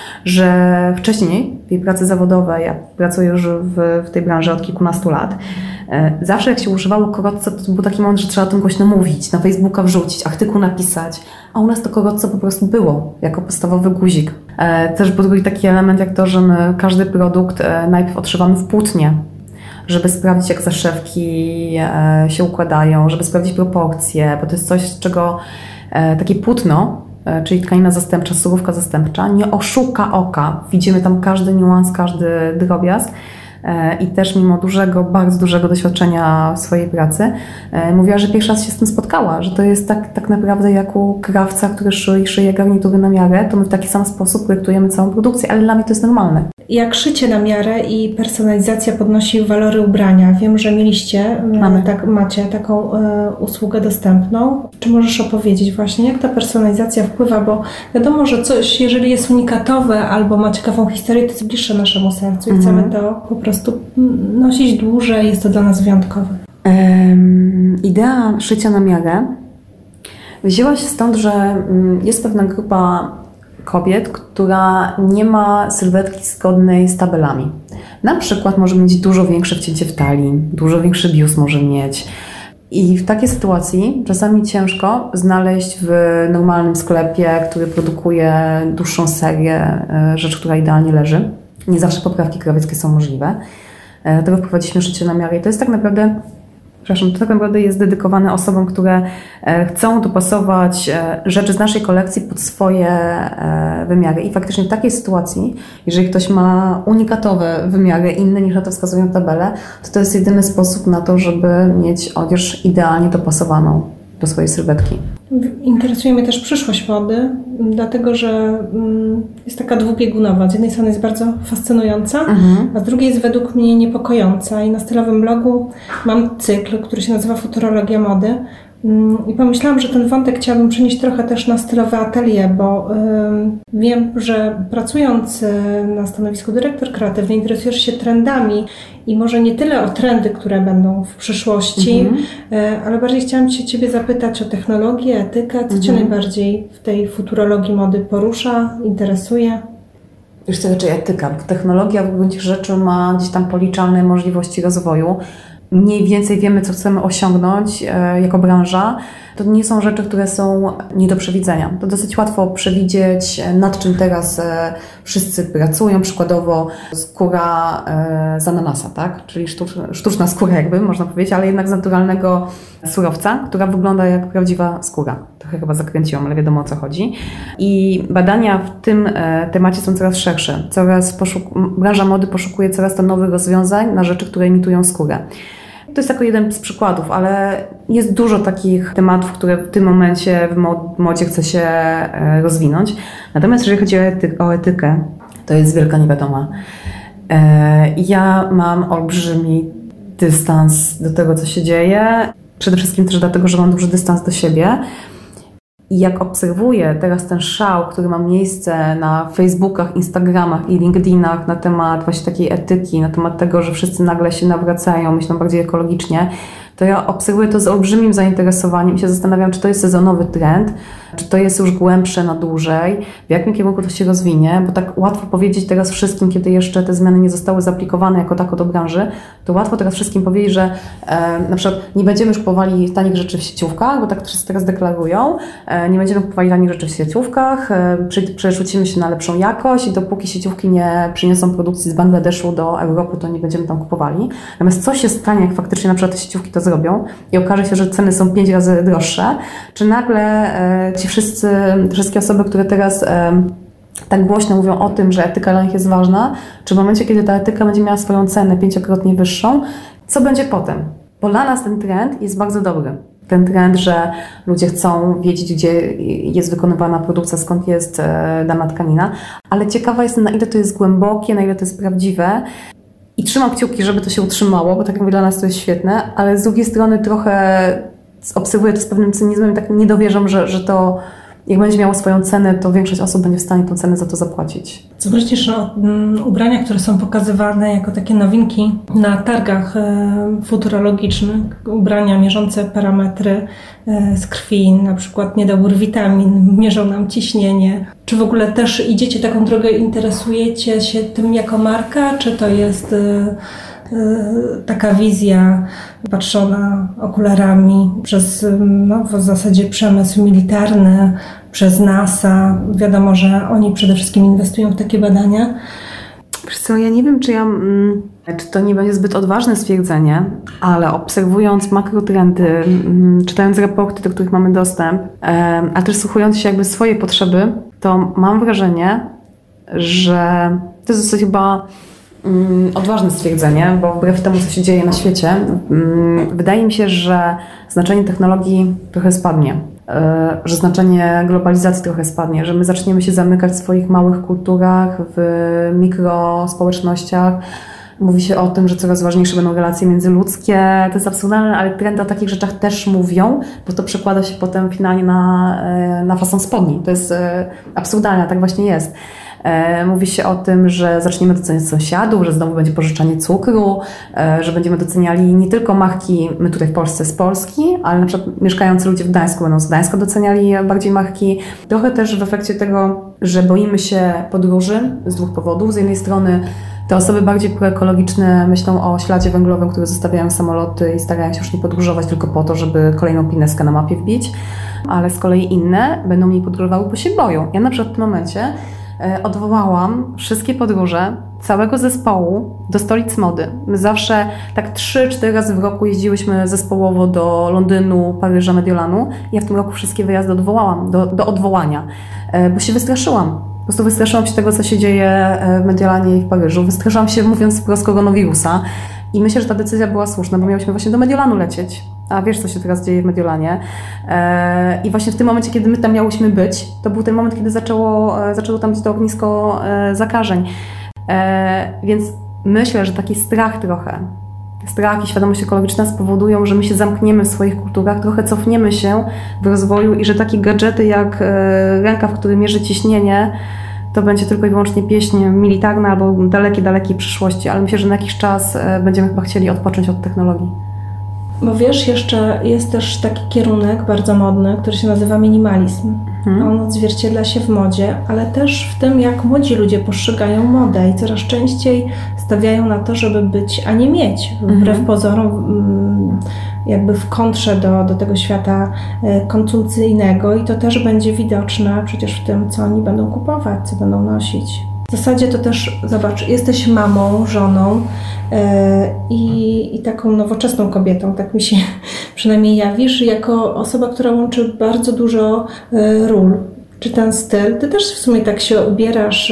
że wcześniej w jej pracy zawodowej, ja pracuję już w, w tej branży od kilkunastu lat, zawsze jak się używało Corozzo, to był taki moment, że trzeba o tym głośno mówić, na Facebooka wrzucić, artykuł napisać, a u nas to Corozzo po prostu było, jako podstawowy guzik. Też był drugi taki element jak to, że my każdy produkt najpierw odszywamy w płótnie, żeby sprawdzić, jak zaszewki się układają, żeby sprawdzić proporcje, bo to jest coś, z czego takie płótno, czyli tkanina zastępcza, surówka zastępcza, nie oszuka oka. Widzimy tam każdy niuans, każdy drobiazg. I też mimo dużego, bardzo dużego doświadczenia w swojej pracy mówiła, że pierwszy raz się z tym spotkała, że to jest tak, tak naprawdę jak u krawca, który szyje, szyje garnitury na miarę, to my w taki sam sposób projektujemy całą produkcję, ale dla mnie to jest normalne. Jak szycie na miarę i personalizacja podnosi walory ubrania? Wiem, że mieliście, Mamy. tak, macie taką e, usługę dostępną. Czy możesz opowiedzieć właśnie, jak ta personalizacja wpływa? Bo wiadomo, że coś, jeżeli jest unikatowe albo ma ciekawą historię, to jest bliższe naszemu sercu i mhm. chcemy to po prostu nosić dłużej, jest to dla nas wyjątkowe. Um, idea szycia na miarę wzięła się stąd, że jest pewna grupa kobiet, która nie ma sylwetki zgodnej z tabelami. Na przykład może mieć dużo większe wcięcie w talii, dużo większy biust może mieć. I w takiej sytuacji czasami ciężko znaleźć w normalnym sklepie, który produkuje dłuższą serię, rzecz, która idealnie leży. Nie zawsze poprawki krawieckie są możliwe. Dlatego wprowadziliśmy szycie na miarę i to jest tak naprawdę Przepraszam, to tak naprawdę jest dedykowane osobom, które chcą dopasować rzeczy z naszej kolekcji pod swoje wymiary. I faktycznie w takiej sytuacji, jeżeli ktoś ma unikatowe wymiary, inne niż na to wskazują tabele, to to jest jedyny sposób na to, żeby mieć odzież idealnie dopasowaną do swojej sylwetki. Interesuje mnie też przyszłość mody, dlatego że jest taka dwubiegunowa. Z jednej strony jest bardzo fascynująca, mhm. a z drugiej jest według mnie niepokojąca. I na stylowym blogu mam cykl, który się nazywa Futurologia mody. I pomyślałam, że ten wątek chciałabym przenieść trochę też na stylowe atelier, bo y, wiem, że pracując na stanowisku dyrektor kreatywny interesujesz się trendami i może nie tyle o trendy, które będą w przyszłości, mm-hmm. y, ale bardziej chciałam się Ciebie zapytać o technologię, etykę. Co mm-hmm. Cię najbardziej w tej futurologii mody porusza, interesuje? Wiesz co, raczej etyka, bo technologia w gruncie rzeczy ma gdzieś tam policzalne możliwości rozwoju. Mniej więcej wiemy, co chcemy osiągnąć e, jako branża. To nie są rzeczy, które są nie do przewidzenia. To dosyć łatwo przewidzieć, nad czym teraz e, wszyscy pracują. Przykładowo skóra e, z ananasa, tak? Czyli sztuczna, sztuczna skóra jakby, można powiedzieć, ale jednak z naturalnego surowca, która wygląda jak prawdziwa skóra. Trochę chyba zakręciłam, ale wiadomo, o co chodzi. I badania w tym e, temacie są coraz szersze. Coraz poszuk- branża mody poszukuje coraz to nowych rozwiązań na rzeczy, które imitują skórę. To jest tylko jeden z przykładów, ale jest dużo takich tematów, które w tym momencie w modzie chce się rozwinąć. Natomiast jeżeli chodzi o, ety- o etykę, to jest wielka niewiadoma. Ja mam olbrzymi dystans do tego, co się dzieje. Przede wszystkim też dlatego, że mam duży dystans do siebie. I jak obserwuję teraz ten szał, który ma miejsce na Facebookach, Instagramach i LinkedInach na temat właśnie takiej etyki, na temat tego, że wszyscy nagle się nawracają, myślą bardziej ekologicznie, to ja obserwuję to z olbrzymim zainteresowaniem i się zastanawiam, czy to jest sezonowy trend, czy to jest już głębsze na dłużej, w jakim kierunku to się rozwinie, bo tak łatwo powiedzieć teraz wszystkim, kiedy jeszcze te zmiany nie zostały zaaplikowane jako tako do branży, to łatwo teraz wszystkim powiedzieć, że e, na przykład nie będziemy już kupowali tanich rzeczy w sieciówkach, bo tak wszyscy teraz deklarują, e, nie będziemy kupowali tanich rzeczy w sieciówkach, e, przerzucimy się na lepszą jakość i dopóki sieciówki nie przyniosą produkcji z Bangladeszu do Europy, to nie będziemy tam kupowali. Natomiast co się stanie, jak faktycznie na przykład te sieciówki to zrobią i okaże się, że ceny są pięć razy droższe, czy nagle e, ci wszyscy, te wszystkie osoby, które teraz e, tak głośno mówią o tym, że etyka dla nich jest ważna, czy w momencie, kiedy ta etyka będzie miała swoją cenę pięciokrotnie wyższą, co będzie potem? Bo dla nas ten trend jest bardzo dobry. Ten trend, że ludzie chcą wiedzieć, gdzie jest wykonywana produkcja, skąd jest e, dana tkanina, ale ciekawa jestem, na ile to jest głębokie, na ile to jest prawdziwe. I trzymam kciuki, żeby to się utrzymało, bo tak jak mówię, dla nas to jest świetne, ale z drugiej strony trochę obserwuję to z pewnym cynizmem i tak nie dowierzam, że, że to jak będzie miało swoją cenę, to większość osób będzie w stanie tę cenę za to zapłacić. Co myślisz o um, ubraniach, które są pokazywane jako takie nowinki na targach e, futurologicznych? Ubrania mierzące parametry e, z krwi, na przykład niedobór witamin, mierzą nam ciśnienie. Czy w ogóle też idziecie taką drogę, interesujecie się tym jako marka, czy to jest e, taka wizja patrzona okularami przez no, w zasadzie przemysł militarny, przez NASA. Wiadomo, że oni przede wszystkim inwestują w takie badania. Wiesz co, ja nie wiem, czy ja, czy to nie będzie zbyt odważne stwierdzenie, ale obserwując makrotrendy, czytając raporty, do których mamy dostęp, a też słuchając się jakby swoje potrzeby, to mam wrażenie, że to jest dosyć chyba odważne stwierdzenie, bo wbrew temu, co się dzieje na świecie, wydaje mi się, że znaczenie technologii trochę spadnie, że znaczenie globalizacji trochę spadnie, że my zaczniemy się zamykać w swoich małych kulturach, w mikrospołecznościach. Mówi się o tym, że coraz ważniejsze będą relacje międzyludzkie. To jest absurdalne, ale trendy o takich rzeczach też mówią, bo to przekłada się potem finalnie na, na fason spodni. To jest absurdalne, tak właśnie jest. Mówi się o tym, że zaczniemy doceniać sąsiadów, że znowu będzie pożyczanie cukru, że będziemy doceniali nie tylko marki, my tutaj w Polsce z Polski, ale na przykład mieszkający ludzie w Gdańsku będą z Gdańska doceniali bardziej marki. Trochę też w efekcie tego, że boimy się podróży z dwóch powodów. Z jednej strony te osoby bardziej proekologiczne myślą o śladzie węglowym, który zostawiają samoloty i starają się już nie podróżować tylko po to, żeby kolejną pineskę na mapie wbić, ale z kolei inne będą mniej podróżowały, bo się boją. Ja na przykład w tym momencie odwołałam wszystkie podróże całego zespołu do stolic mody. My zawsze tak trzy cztery razy w roku jeździłyśmy zespołowo do Londynu, Paryża, Mediolanu. Ja w tym roku wszystkie wyjazdy odwołałam, do, do odwołania, bo się wystraszyłam. Po prostu wystraszyłam się tego, co się dzieje w Mediolanie i w Paryżu. Wystraszyłam się, mówiąc wprost, koronawirusa. I myślę, że ta decyzja była słuszna, bo miałyśmy właśnie do Mediolanu lecieć. a wiesz, co się teraz dzieje w Mediolanie. E, I właśnie w tym momencie, kiedy my tam miałyśmy być, to był ten moment, kiedy zaczęło, zaczęło tam być to ognisko e, zakażeń. E, więc myślę, że taki strach trochę, strach i świadomość ekologiczna spowodują, że my się zamkniemy w swoich kulturach, trochę cofniemy się w rozwoju i że takie gadżety jak e, rękaw, który mierzy ciśnienie, to będzie tylko i wyłącznie pieśń militarna albo dalekiej, dalekiej przyszłości, ale myślę, że na jakiś czas e, będziemy chyba chcieli odpocząć od technologii. Bo wiesz, jeszcze jest też taki kierunek bardzo modny, który się nazywa minimalizm. Hmm. On odzwierciedla się w modzie, ale też w tym, jak młodzi ludzie postrzegają modę i coraz częściej stawiają na to, żeby być, a nie mieć. Wbrew hmm. pozorom jakby w kontrze do, do tego świata konsumpcyjnego i to też będzie widoczne przecież w tym, co oni będą kupować, co będą nosić. W zasadzie to też, zobacz, jesteś mamą, żoną yy, i, i taką nowoczesną kobietą, tak mi się przynajmniej jawisz, jako osoba, która łączy bardzo dużo yy, ról. Czy ten styl, ty też w sumie tak się ubierasz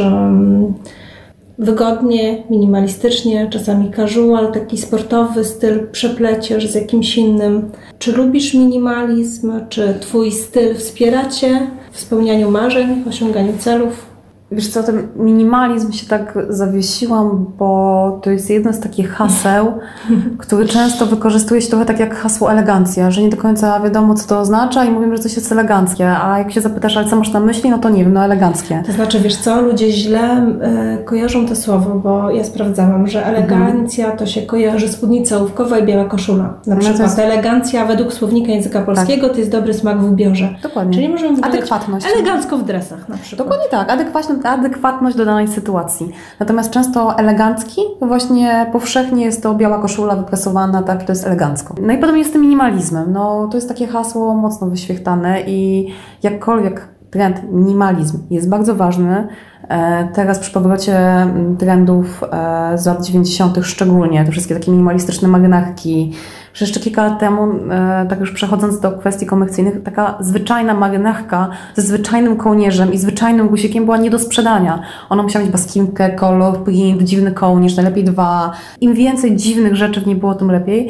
yy, wygodnie, minimalistycznie, czasami casual, taki sportowy styl przepleciesz z jakimś innym. Czy lubisz minimalizm? Czy twój styl wspiera cię w spełnianiu marzeń, w osiąganiu celów? Wiesz co, ten minimalizm się tak zawiesiłam, bo to jest jedno z takich haseł, który często wykorzystuje się trochę tak jak hasło elegancja, że nie do końca wiadomo, co to oznacza i mówimy, że coś jest eleganckie, a jak się zapytasz, ale co masz na myśli, no to nie wiem, no eleganckie. To znaczy, wiesz co, ludzie źle y, kojarzą to słowo, bo ja sprawdzałam, że elegancja mhm. to się kojarzy spódnica ołówkowa i biała koszula. Na przykład jest... elegancja według słownika języka polskiego tak. to jest dobry smak w ubiorze. Dokładnie. Czyli możemy wyglądać adekwatność. Elegancko w dresach na przykład. Dokładnie tak, adekwatność adekwatność do danej sytuacji. Natomiast często elegancki, to właśnie powszechnie jest to biała koszula wypresowana, tak, to jest elegancko. No i podobnie jest z tym minimalizmem. No, to jest takie hasło mocno wyświechtane i jakkolwiek trend minimalizm jest bardzo ważny, teraz przy powrocie trendów z lat dziewięćdziesiątych szczególnie, te wszystkie takie minimalistyczne marynarki. Przecież jeszcze kilka lat temu, tak już przechodząc do kwestii komercyjnych, taka zwyczajna marynarka ze zwyczajnym kołnierzem i zwyczajnym guzikiem była nie do sprzedania. Ona musiała mieć baskinkę, kolor, print, dziwny kołnierz, najlepiej dwa. Im więcej dziwnych rzeczy w niej było, tym lepiej.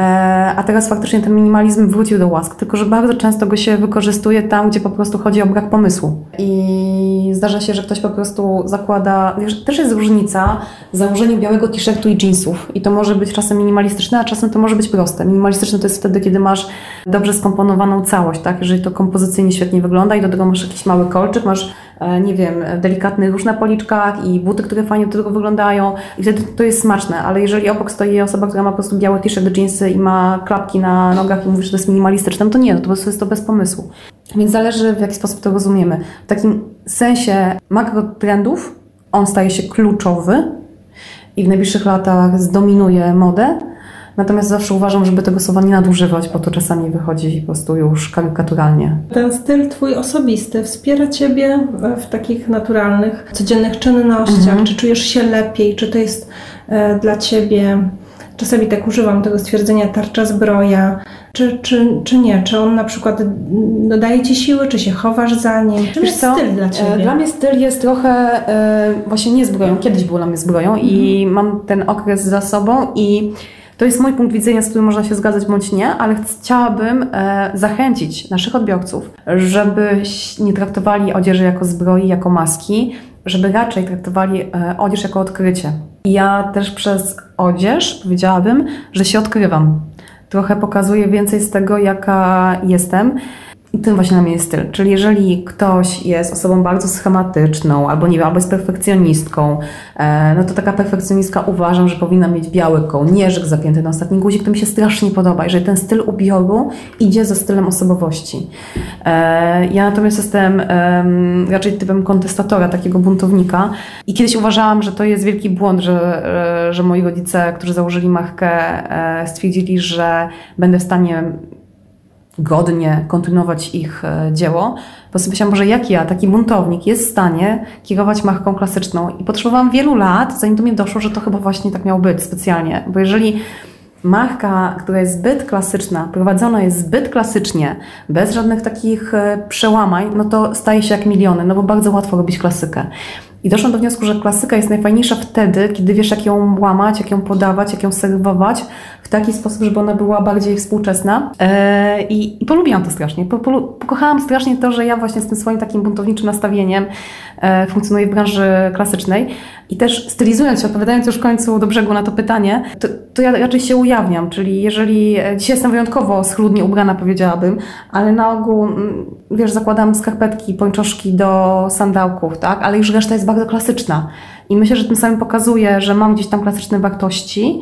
A teraz faktycznie ten minimalizm wrócił do łask, tylko że bardzo często go się wykorzystuje tam, gdzie po prostu chodzi o brak pomysłu. I zdarza się, że ktoś po prostu zakłada, też jest różnica w założeniu białego t-shirtu i jeansów. I to może być czasem minimalistyczne, a czasem to może być proste. Minimalistyczne to jest wtedy, kiedy masz dobrze skomponowaną całość, tak? Jeżeli to kompozycyjnie świetnie wygląda i do tego masz jakiś mały kolczyk, masz, nie wiem, delikatny róż na policzkach i buty, które fajnie do tego wyglądają i wtedy to jest smaczne, ale jeżeli obok stoi osoba, która ma po prostu białe t-shirt, jeansy i ma klapki na nogach i mówi, że to jest minimalistyczne, no to nie, no to po prostu jest to bez pomysłu. Więc zależy, w jaki sposób to rozumiemy. W takim sensie makrotrendów on staje się kluczowy i w najbliższych latach zdominuje modę. Natomiast zawsze uważam, żeby tego słowa nie nadużywać, bo to czasami wychodzi po prostu już karykaturalnie. Ten styl twój osobisty wspiera ciebie w takich naturalnych, codziennych czynnościach? Mhm. Czy czujesz się lepiej? Czy to jest e, dla ciebie, czasami tak używam tego stwierdzenia, tarcza zbroja, czy, czy, czy nie? Czy on na przykład dodaje ci siły, czy się chowasz za nim? Czym jest co? styl dla ciebie? Dla mnie styl jest trochę e, właśnie nie zbroją. Kiedyś był dla mnie zbroją mhm. i mam ten okres za sobą i to jest mój punkt widzenia, z którym można się zgadzać bądź nie, ale chciałabym e, zachęcić naszych odbiorców, żeby nie traktowali odzieży jako zbroi, jako maski, żeby raczej traktowali e, odzież jako odkrycie. I ja też przez odzież powiedziałabym, że się odkrywam. Trochę pokazuję więcej z tego, jaka jestem. I tym właśnie na mnie jest styl. Czyli jeżeli ktoś jest osobą bardzo schematyczną, albo nie wiem, albo jest perfekcjonistką, e, no to taka perfekcjonistka uważam, że powinna mieć biały kołnierzyk zapięty na ostatni guzik. To mi się strasznie podoba, jeżeli ten styl ubioru idzie ze stylem osobowości. E, ja natomiast jestem e, raczej typem kontestatora, takiego buntownika i kiedyś uważałam, że to jest wielki błąd, że, e, że moi rodzice, którzy założyli markę, e, stwierdzili, że będę w stanie godnie kontynuować ich dzieło, bo sobie myślałam, że jak ja, taki buntownik, jest w stanie kierować marką klasyczną i potrzebowałam wielu lat, zanim do mnie doszło, że to chyba właśnie tak miało być specjalnie, bo jeżeli marka, która jest zbyt klasyczna, prowadzona jest zbyt klasycznie, bez żadnych takich przełamań, no to staje się jak miliony, no bo bardzo łatwo robić klasykę. I doszłam do wniosku, że klasyka jest najfajniejsza wtedy, kiedy wiesz, jak ją łamać, jak ją podawać, jak ją serwować w taki sposób, żeby ona była bardziej współczesna. Eee, i, I polubiłam to strasznie. Po, po, pokochałam strasznie to, że ja właśnie z tym swoim takim buntowniczym nastawieniem e, funkcjonuję w branży klasycznej i też stylizując się, odpowiadając już w końcu do brzegu na to pytanie, to, to ja raczej się ujawniam, czyli jeżeli dzisiaj jestem wyjątkowo schludnie ubrana, powiedziałabym, ale na ogół, wiesz, zakładam skarpetki, pończoszki do sandałków, tak, ale już reszta jest bardzo klasyczna i myślę, że tym samym pokazuje, że mam gdzieś tam klasyczne wartości.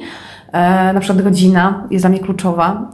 E, na przykład rodzina jest dla mnie kluczowa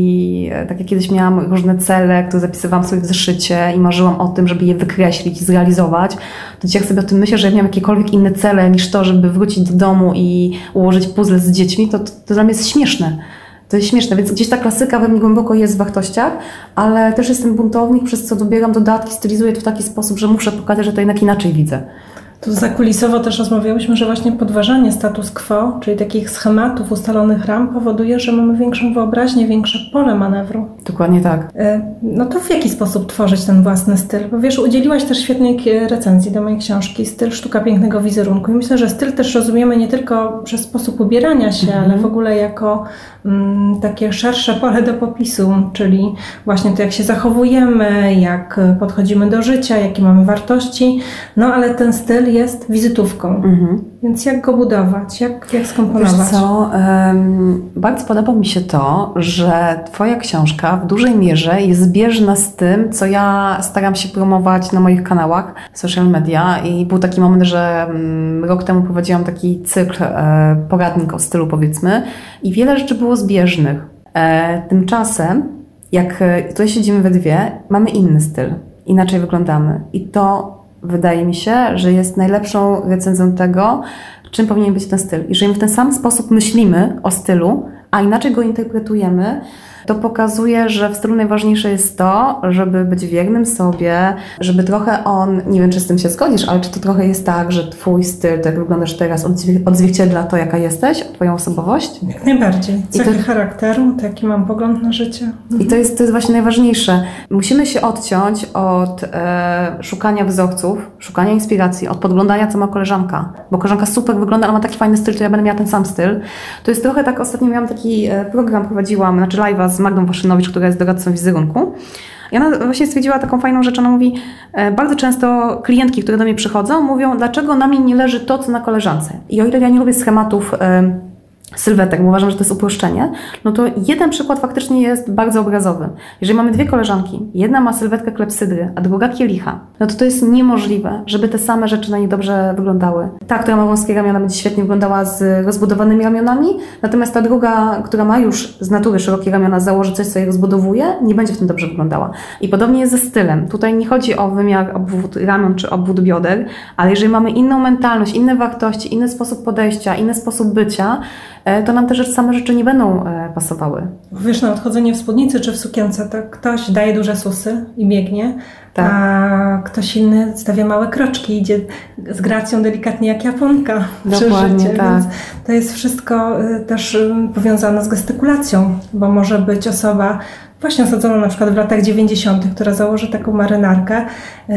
i e, tak jak kiedyś miałam różne cele, które zapisywałam sobie w zeszycie i marzyłam o tym, żeby je wykreślić i zrealizować, to dzisiaj jak sobie o tym myślę, że jak miałam jakiekolwiek inne cele niż to, żeby wrócić do domu i ułożyć puzzle z dziećmi, to, to, to dla mnie jest śmieszne. To jest śmieszne, więc gdzieś ta klasyka we mnie głęboko jest w wartościach, ale też jestem buntownik, przez co dobieram dodatki, stylizuję to w taki sposób, że muszę pokazać, że to jednak inaczej widzę. Tu zakulisowo też rozmawiałyśmy, że właśnie podważanie status quo, czyli takich schematów, ustalonych ram, powoduje, że mamy większą wyobraźnię, większe pole manewru. Dokładnie tak. No to w jaki sposób tworzyć ten własny styl? Bo wiesz, udzieliłaś też świetnej recenzji do mojej książki Styl, sztuka pięknego wizerunku i myślę, że styl też rozumiemy nie tylko przez sposób ubierania się, mhm. ale w ogóle jako mm, takie szersze pole do popisu, czyli właśnie to, jak się zachowujemy, jak podchodzimy do życia, jakie mamy wartości, no ale ten styl jest wizytówką. Mhm. Więc jak go budować? Jak, jak skomponować? Wiesz co, um, bardzo podoba mi się to, że Twoja książka w dużej mierze jest zbieżna z tym, co ja staram się promować na moich kanałach social media i był taki moment, że um, rok temu prowadziłam taki cykl e, poradnik o stylu, powiedzmy, i wiele rzeczy było zbieżnych. E, tymczasem, jak tutaj siedzimy we dwie, mamy inny styl, inaczej wyglądamy i to wydaje mi się, że jest najlepszą recenzją tego, czym powinien być ten styl. Jeżeli my w ten sam sposób myślimy o stylu, a inaczej go interpretujemy, to pokazuje, że w stylu najważniejsze jest to, żeby być wiernym sobie, żeby trochę on, nie wiem, czy z tym się zgodzisz, ale czy to trochę jest tak, że twój styl, tak jak wyglądasz teraz, odzwierciedla to, jaka jesteś, twoją osobowość? Jak najbardziej. Cechy to... charakteru, taki mam pogląd na życie. Mhm. I to jest, to jest właśnie najważniejsze. Musimy się odciąć od e, szukania wzorców, szukania inspiracji, od podglądania, co ma koleżanka. Bo koleżanka super wygląda, ale ma taki fajny styl, to ja będę miała ten sam styl. To jest trochę tak, ostatnio miałam taki e, program, prowadziłam, znaczy live'a z Magdą Waszynowicz, która jest doradcą wizerunku. I ona właśnie stwierdziła taką fajną rzecz, ona mówi, e, bardzo często klientki, które do mnie przychodzą, mówią, dlaczego na mnie nie leży to, co na koleżance. I o ile ja nie lubię schematów e, sylwetek, bo uważam, że to jest uproszczenie, no to jeden przykład faktycznie jest bardzo obrazowy. Jeżeli mamy dwie koleżanki, jedna ma sylwetkę klepsydry, a druga kielicha, no to to jest niemożliwe, żeby te same rzeczy na niej dobrze wyglądały. Ta, która ma wąskie ramiona, będzie świetnie wyglądała z rozbudowanymi ramionami, natomiast ta druga, która ma już z natury szerokie ramiona, założy coś, co je rozbudowuje, nie będzie w tym dobrze wyglądała. I podobnie jest ze stylem. Tutaj nie chodzi o wymiar obwód ramion czy obwód bioder, ale jeżeli mamy inną mentalność, inne wartości, inny sposób podejścia, inny sposób bycia, to nam te same rzeczy nie będą pasowały. Wiesz, na odchodzenie w spódnicy czy w sukience, to ktoś daje duże susy i biegnie, tak. A ktoś inny stawia małe kroczki, idzie z gracją delikatnie jak Japonka. Dokładnie, tak. Więc to jest wszystko też powiązane z gestykulacją, bo może być osoba właśnie osadzona na przykład w latach dziewięćdziesiątych, która założy taką marynarkę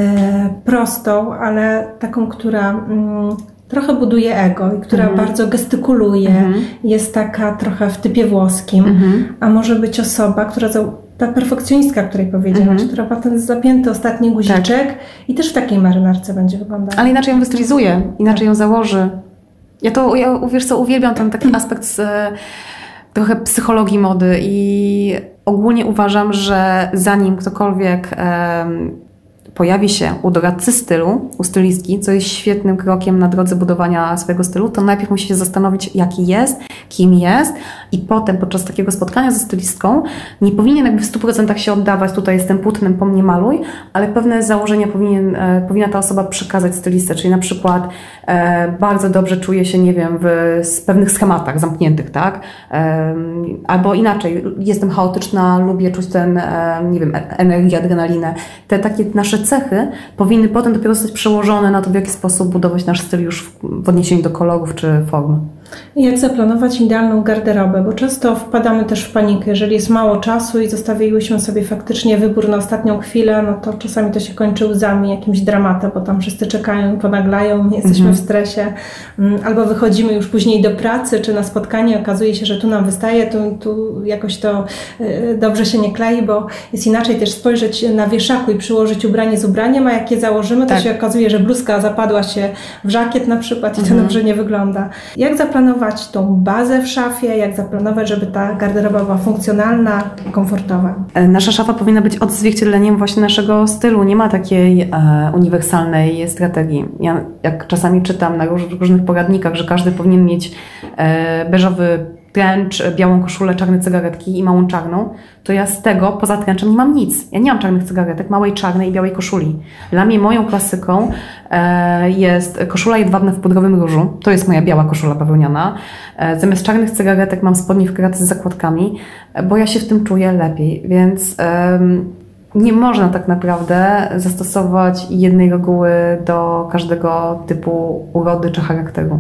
e, prostą, ale taką, która mm, trochę buduje ego i która mhm. bardzo gestykuluje, mhm. jest taka trochę w typie włoskim, mhm. a może być osoba, która za, ta perfekcjonistka, o której powiedziałaś, mhm. która ma ten zapięty ostatni guziczek tak. i też w takiej marynarce będzie wyglądała. Ale inaczej ją wystylizuje, inaczej tak. ją założy. Ja to, ja, wiesz co, uwielbiam ten taki aspekt z e, trochę psychologii mody i ogólnie uważam, że zanim ktokolwiek e, pojawi się u doradcy stylu, u stylistki, co jest świetnym krokiem na drodze budowania swojego stylu, to najpierw musi się zastanowić, jaki jest, kim jest i potem podczas takiego spotkania ze stylistką nie powinien jakby w stu procentach się oddawać, tutaj jestem płótnem, po mnie maluj, ale pewne założenia powinien, e, powinna ta osoba przekazać stylistce, czyli na przykład e, bardzo dobrze czuje się, nie wiem, w z pewnych schematach zamkniętych, tak? E, albo inaczej, jestem chaotyczna, lubię czuć ten, e, nie wiem, energię, adrenalinę. Te takie nasze cechy powinny potem dopiero zostać przełożone na to, w jaki sposób budować nasz styl już w, w odniesieniu do kolorów czy form. Jak zaplanować idealną garderobę? Bo często wpadamy też w panikę, jeżeli jest mało czasu i zostawiłyśmy sobie faktycznie wybór na ostatnią chwilę, no to czasami to się kończy łzami, jakimś dramatem, bo tam wszyscy czekają, ponaglają, jesteśmy mhm. w stresie, albo wychodzimy już później do pracy czy na spotkanie, okazuje się, że tu nam wystaje, tu, tu jakoś to dobrze się nie klei, bo jest inaczej też spojrzeć na wieszaku i przyłożyć ubranie z ubraniem, a jak je założymy, to tak. się okazuje, że bluzka zapadła się w żakiet na przykład i to mhm. dobrze nie wygląda. Jak zaplanować tą bazę w szafie, jak zaplanować, żeby ta garderoba była funkcjonalna, komfortowa? Nasza szafa powinna być odzwierciedleniem właśnie naszego stylu. Nie ma takiej e, uniwersalnej strategii. Ja jak czasami czytam na róż, różnych poradnikach, że każdy powinien mieć e, beżowy trench, białą koszulę, czarne cygaretki i małą czarną, to ja z tego poza trenczem nie mam nic. Ja nie mam czarnych cygaretek, małej czarnej i białej koszuli. Dla mnie moją klasyką e, jest koszula jedwabna w pudrowym różu. To jest moja biała koszula bawełniana. E, zamiast czarnych cygaretek mam spodnie w kraty z zakładkami, bo ja się w tym czuję lepiej. Więc e, nie można tak naprawdę zastosować jednej reguły do każdego typu urody czy charakteru.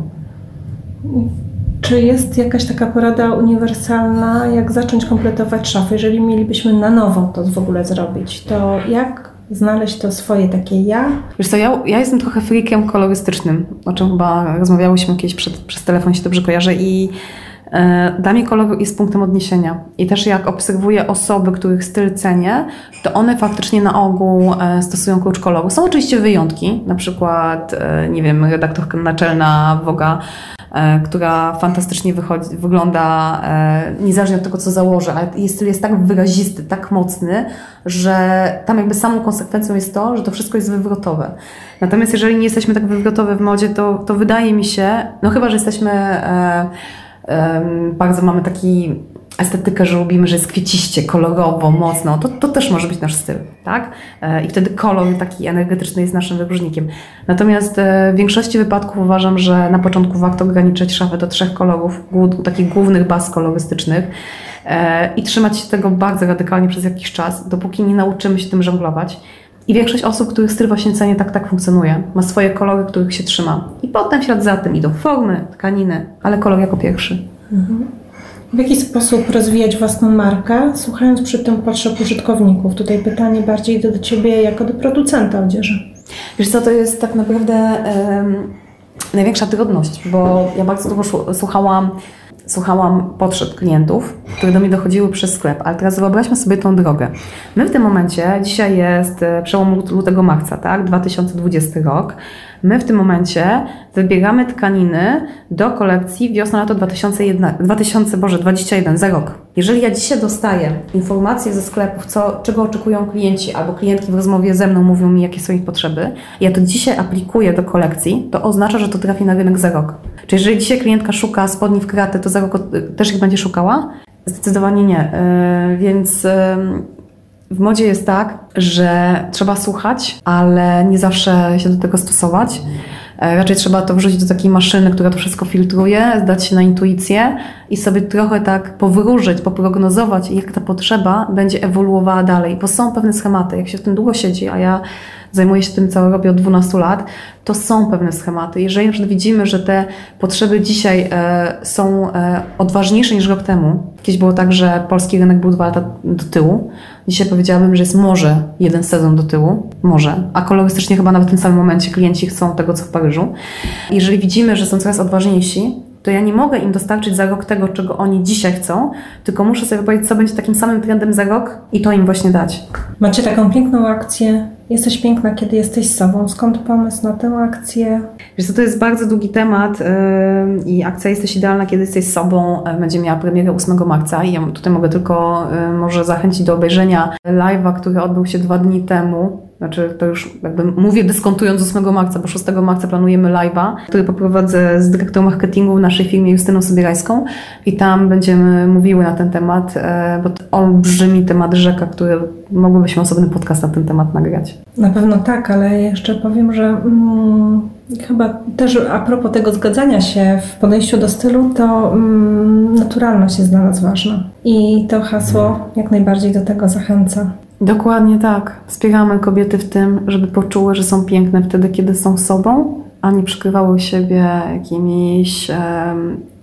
Czy jest jakaś taka porada uniwersalna, jak zacząć kompletować szafę? Jeżeli mielibyśmy na nowo to w ogóle zrobić, to jak znaleźć to swoje takie ja? Wiesz co, ja, ja jestem trochę freakiem kolorystycznym, o czym chyba rozmawiałyśmy kiedyś przed, przez telefon, się dobrze kojarzę i e, dla mnie kolor jest punktem odniesienia. I też jak obserwuję osoby, których styl cenię, to one faktycznie na ogół e, stosują klucz koloru. Są oczywiście wyjątki, na przykład, e, nie wiem, redaktorka naczelna Vogue'a, która fantastycznie wychodzi, wygląda e, niezależnie od tego, co założy, ale jej styl jest tak wyrazisty, tak mocny, że tam jakby samą konsekwencją jest to, że to wszystko jest wywrotowe. Natomiast jeżeli nie jesteśmy tak wywrotowe w modzie, to, to wydaje mi się, no chyba, że jesteśmy, e, e, bardzo mamy taki estetykę, że lubimy, że jest kwieciście, kolorowo, mocno, to, to też może być nasz styl, tak? I wtedy kolor taki energetyczny jest naszym wyróżnikiem. Natomiast w większości wypadków uważam, że na początku warto ograniczyć szafę do trzech kolorów, takich głównych baz kolorystycznych i trzymać się tego bardzo radykalnie przez jakiś czas, dopóki nie nauczymy się tym żonglować. I większość osób, których styl właśnie cenię, tak, tak funkcjonuje. Ma swoje kolory, których się trzyma. I potem w ślad za tym idą formy, tkaniny, ale kolor jako pierwszy. Mhm. W jaki sposób rozwijać własną markę, słuchając przy tym potrzeb użytkowników? Tutaj pytanie bardziej do, do Ciebie jako do producenta odzieży. Wiesz co, to jest tak naprawdę um, największa trudność, bo ja bardzo długo słuchałam, słuchałam potrzeb klientów, które do mnie dochodziły przez sklep, ale teraz wyobraźmy sobie tą drogę. My w tym momencie, dzisiaj jest przełom lutego-marca, tak, dwa tysiące dwudziesty rok, my w tym momencie wybieramy tkaniny do kolekcji wiosna-lato dwa tysiące dwudziesty jeden, za rok. Jeżeli ja dzisiaj dostaję informacje ze sklepów, co, czego oczekują klienci albo klientki w rozmowie ze mną mówią mi, jakie są ich potrzeby, ja to dzisiaj aplikuję do kolekcji, to oznacza, że to trafi na rynek za rok. Czyli jeżeli dzisiaj klientka szuka spodni w kraty, to za rok też ich będzie szukała? Zdecydowanie nie. Yy, więc... Yy, W modzie jest tak, że trzeba słuchać, ale nie zawsze się do tego stosować. Raczej trzeba to wrzucić do takiej maszyny, która to wszystko filtruje, zdać się na intuicję i sobie trochę tak powróżyć, poprognozować, jak ta potrzeba będzie ewoluowała dalej. Bo są pewne schematy. Jak się w tym długo siedzi, a ja zajmuję się tym, co robię od dwunastu lat, to są pewne schematy. Jeżeli na przykład widzimy, że te potrzeby dzisiaj e, są e, odważniejsze niż rok temu, kiedyś było tak, że polski rynek był dwa lata do tyłu, dzisiaj powiedziałabym, że jest może jeden sezon do tyłu, może, a kolorystycznie chyba nawet w tym samym momencie klienci chcą tego, co w Paryżu. Jeżeli widzimy, że są coraz odważniejsi, to ja nie mogę im dostarczyć za rok tego, czego oni dzisiaj chcą, tylko muszę sobie powiedzieć, co będzie takim samym trendem za rok i to im właśnie dać. Macie taką piękną akcję. Jesteś piękna, kiedy jesteś sobą. Skąd pomysł na tę akcję? Wiesz co, to jest bardzo długi temat yy, i akcja Jesteś idealna, kiedy jesteś sobą yy, będzie miała premierę ósmego marca i ja tutaj mogę tylko yy, może zachęcić do obejrzenia live'a, który odbył się dwa dni temu. Znaczy to już jakby mówię dyskontując ósmego marca, bo szóstego marca planujemy live'a, który poprowadzę z dyrektorą marketingu w naszej firmie Justyną Sobierańską i tam będziemy mówiły na ten temat, bo to olbrzymi temat rzeka, który mogłybyśmy osobny podcast na ten temat nagrać. Na pewno tak, ale jeszcze powiem, że mm, chyba też a propos tego zgadzania się w podejściu do stylu, to mm, naturalność jest dla nas ważna i to hasło jak najbardziej do tego zachęca. Dokładnie tak. Wspieramy kobiety w tym, żeby poczuły, że są piękne wtedy, kiedy są sobą, a nie przykrywały siebie jakimiś um,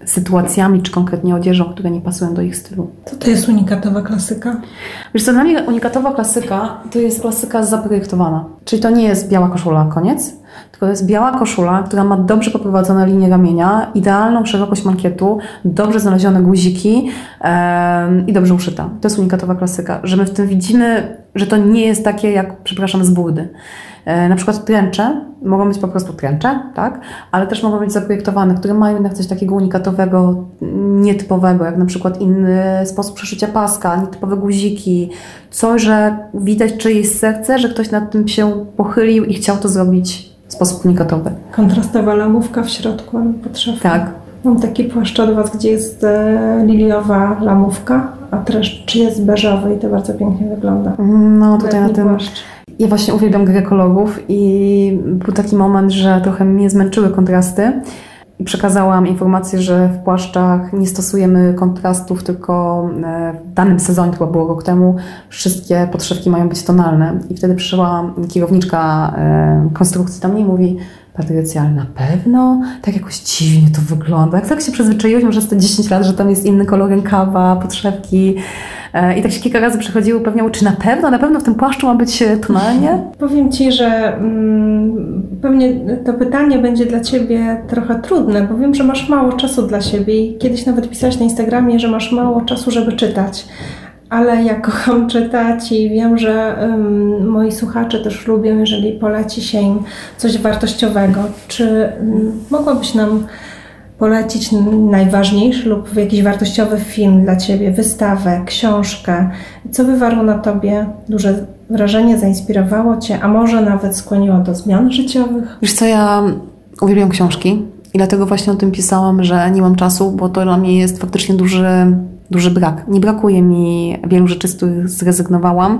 sytuacjami, czy konkretnie odzieżą, które nie pasują do ich stylu. Co to jest unikatowa klasyka? Wiesz co, dla mnie unikatowa klasyka to jest klasyka zaprojektowana. Czyli to nie jest biała koszula, koniec, tylko to jest biała koszula, która ma dobrze poprowadzone linie ramienia, idealną szerokość mankietu, dobrze znalezione guziki yy, i dobrze uszyta. To jest unikatowa klasyka, że my w tym widzimy, że to nie jest takie jak, przepraszam, z burdy. Yy, na przykład tręcze mogą być po prostu tręcze, tak? Ale też mogą być zaprojektowane, które mają jednak coś takiego unikatowego, nietypowego, jak na przykład inny sposób przeszycia paska, nietypowe guziki, coś, że widać czyjeś serce, że ktoś nad tym się pochylił i chciał to zrobić w sposób unikatowy. Kontrastowa lamówka w środku podszewka. Tak. Mam taki płaszcz od Was, gdzie jest e, liliowa lamówka, a treszcz jest beżowy i to bardzo pięknie wygląda. No tutaj na tym... Płaszcz. Ja właśnie uwielbiam gynekologów i był taki moment, że trochę mnie zmęczyły kontrasty i przekazałam informację, że w płaszczach nie stosujemy kontrastów, tylko w danym sezonie, to było rok temu, wszystkie podszewki mają być tonalne. I wtedy przyszła kierowniczka konstrukcji tam i mówi: Patrycja, ale na pewno? Tak jakoś dziwnie to wygląda. Jak tak się przyzwyczaiłeś, może z te dziesięć lat, że tam jest inny kolor rękawa, podszewki. I tak się kilka razy przychodziły, upewniały, czy na pewno, na pewno w tym płaszczu ma być tonalnie? Powiem Ci, że mm, pewnie to pytanie będzie dla Ciebie trochę trudne, bo wiem, że masz mało czasu dla siebie i kiedyś nawet pisałaś na Instagramie, że masz mało czasu, żeby czytać. Ale ja kocham czytać i wiem, że um, moi słuchacze też lubią, jeżeli poleci się im coś wartościowego. Czy um, mogłabyś nam polecić najważniejszy lub jakiś wartościowy film dla Ciebie, wystawę, książkę? Co wywarło na Tobie duże wrażenie, zainspirowało Cię, a może nawet skłoniło do zmian życiowych? Wiesz co, ja uwielbiam książki i dlatego właśnie o tym pisałam, że nie mam czasu, bo to dla mnie jest faktycznie duży, duży brak. Nie brakuje mi wielu rzeczy, z których zrezygnowałam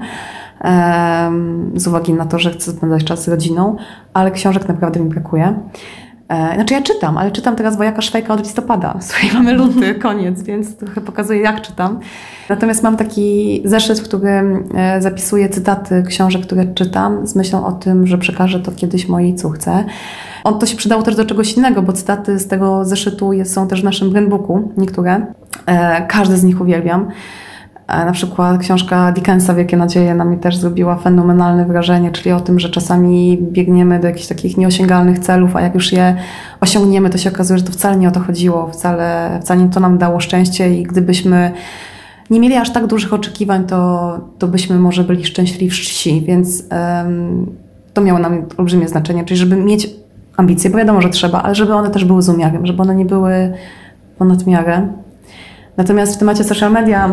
z uwagi na to, że chcę spędzać czas z rodziną, ale książek naprawdę mi brakuje. Znaczy ja czytam, ale czytam teraz Wojaka Szwajka od listopada, z której mamy luty, koniec, więc trochę pokazuję, jak czytam. Natomiast mam taki zeszyt, w którym zapisuję cytaty książek, które czytam, z myślą o tym, że przekażę to kiedyś mojej córce. On to się przydało też do czegoś innego, bo cytaty z tego zeszytu są też w naszym brandbooku, niektóre. Każdy z nich uwielbiam. Na przykład książka Dickensa Wielkie Nadzieje na mnie też zrobiła fenomenalne wrażenie, czyli o tym, że czasami biegniemy do jakichś takich nieosiągalnych celów, a jak już je osiągniemy, to się okazuje, że to wcale nie o to chodziło, wcale, wcale nie to nam dało szczęście i gdybyśmy nie mieli aż tak dużych oczekiwań, to, to byśmy może byli szczęśliwsi, więc um, to miało na mnie olbrzymie znaczenie, czyli żeby mieć ambicje, bo wiadomo, że trzeba, ale żeby one też były z umiarem, żeby one nie były ponad miarę. Natomiast w temacie social media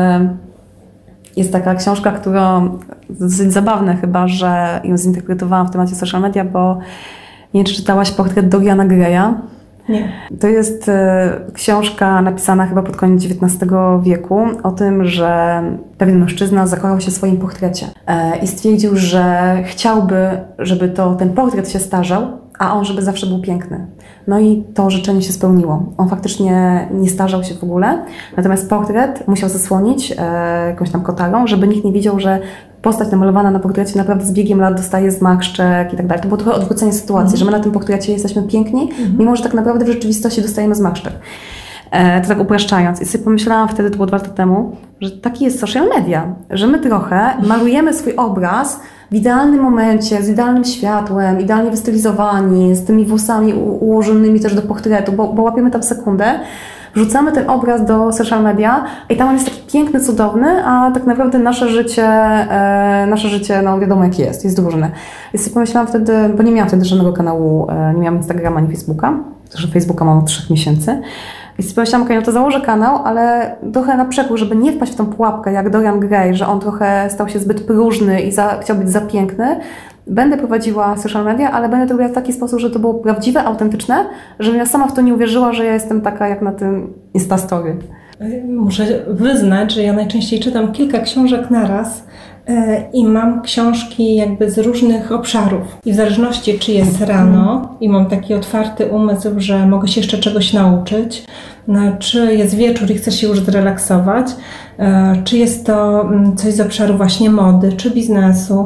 y, jest taka książka, którą dosyć zabawne chyba, że ją zinterpretowałam w temacie social media, bo nie czy czytałaś Portret Doriana Greya? Nie. To jest y, książka napisana chyba pod koniec dziewiętnastego wieku o tym, że pewien mężczyzna zakochał się w swoim portrecie y, i stwierdził, że chciałby, żeby to ten portret się starzał, a on żeby zawsze był piękny. No i to życzenie się spełniło. On faktycznie nie starzał się w ogóle, natomiast portret musiał zasłonić e, jakąś tam kotarą, żeby nikt nie widział, że postać namalowana na portrecie naprawdę z biegiem lat dostaje zmarszczek i tak dalej. To było trochę odwrócenie sytuacji, mm. że my na tym portrecie jesteśmy piękni, mm. mimo że tak naprawdę w rzeczywistości dostajemy zmarszczek. E, to tak upraszczając. I sobie pomyślałam wtedy, to było dwa lata temu, że taki jest social media, że my trochę malujemy swój obraz w idealnym momencie, z idealnym światłem, idealnie wystylizowani, z tymi włosami ułożonymi też do portretu, bo, bo łapiemy tam sekundę, wrzucamy ten obraz do social media i tam on jest taki piękny, cudowny, a tak naprawdę nasze życie, e, nasze życie, no wiadomo jak jest, jest różne. Więc sobie pomyślałam wtedy, bo nie miałam wtedy żadnego kanału, e, nie miałam Instagrama ani Facebooka, zresztą Facebooka mam od trzech miesięcy. I sobie pomyślałam, okej, no to założę kanał, ale trochę na przekór, żeby nie wpaść w tą pułapkę jak Dorian Gray, że on trochę stał się zbyt próżny i za, chciał być za piękny. Będę prowadziła social media, ale będę to robiła w taki sposób, że to było prawdziwe, autentyczne, żebym ja sama w to nie uwierzyła, że ja jestem taka jak na tym Instastory. Muszę wyznać, że ja najczęściej czytam kilka książek naraz i mam książki jakby z różnych obszarów. I w zależności, czy jest rano i mam taki otwarty umysł, że mogę się jeszcze czegoś nauczyć, no, czy jest wieczór i chcę się już zrelaksować, czy jest to coś z obszaru właśnie mody, czy biznesu.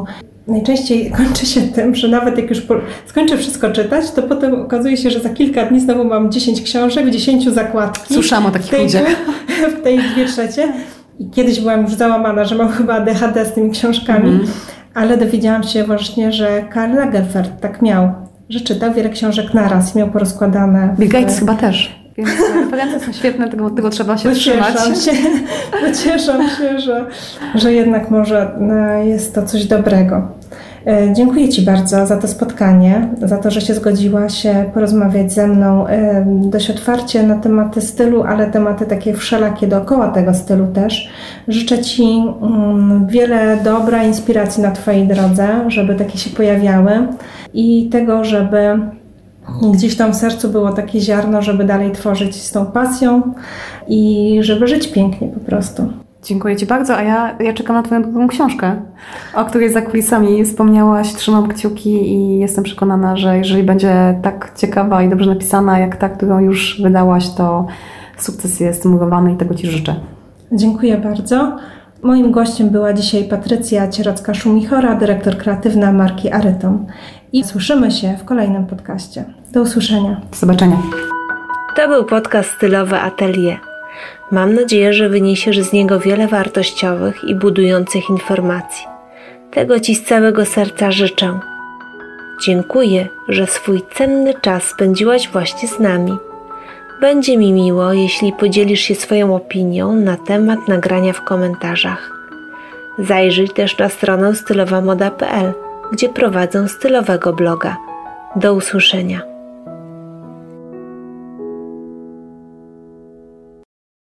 najczęściej kończy się tym, że nawet jak już po, skończę wszystko czytać, to potem okazuje się, że za kilka dni znowu mam dziesięć książek, w dziesięciu zakładki. Słyszałam o takich ludziach. W tej dwie trzecie. I kiedyś byłam już załamana, że mam chyba A D H D z tymi książkami, mm. ale dowiedziałam się właśnie, że Karl Lagerfeld tak miał, że czytał wiele książek naraz i miał porozkładane. Bill Gates w... chyba też. Więc referencje są świetne, tego, tego trzeba się trzymać. Się, pocieszam się, że, że jednak może jest to coś dobrego. Dziękuję Ci bardzo za to spotkanie, za to, że się zgodziłaś porozmawiać ze mną dość otwarcie na tematy stylu, ale tematy takie wszelakie dookoła tego stylu też. Życzę Ci wiele dobra, inspiracji na Twojej drodze, żeby takie się pojawiały i tego, żeby gdzieś tam w sercu było takie ziarno, żeby dalej tworzyć z tą pasją i żeby żyć pięknie po prostu. Dziękuję Ci bardzo, a ja, ja czekam na Twoją drugą książkę, o której za kulisami wspomniałaś, trzymam kciuki i jestem przekonana, że jeżeli będzie tak ciekawa i dobrze napisana jak ta, którą już wydałaś, to sukces jest murowany i tego Ci życzę. Dziękuję bardzo. Moim gościem była dzisiaj Patrycja Cierocka-Szumichora, dyrektor kreatywna marki Aryton. I słyszymy się w kolejnym podcaście. Do usłyszenia. Do zobaczenia. To był podcast Stylowe Atelier. Mam nadzieję, że wyniesiesz z niego wiele wartościowych i budujących informacji. Tego Ci z całego serca życzę. Dziękuję, że swój cenny czas spędziłaś właśnie z nami. Będzie mi miło, jeśli podzielisz się swoją opinią na temat nagrania w komentarzach. Zajrzyj też na stronę stylowa moda kropka p l, gdzie prowadzę stylowego bloga. Do usłyszenia.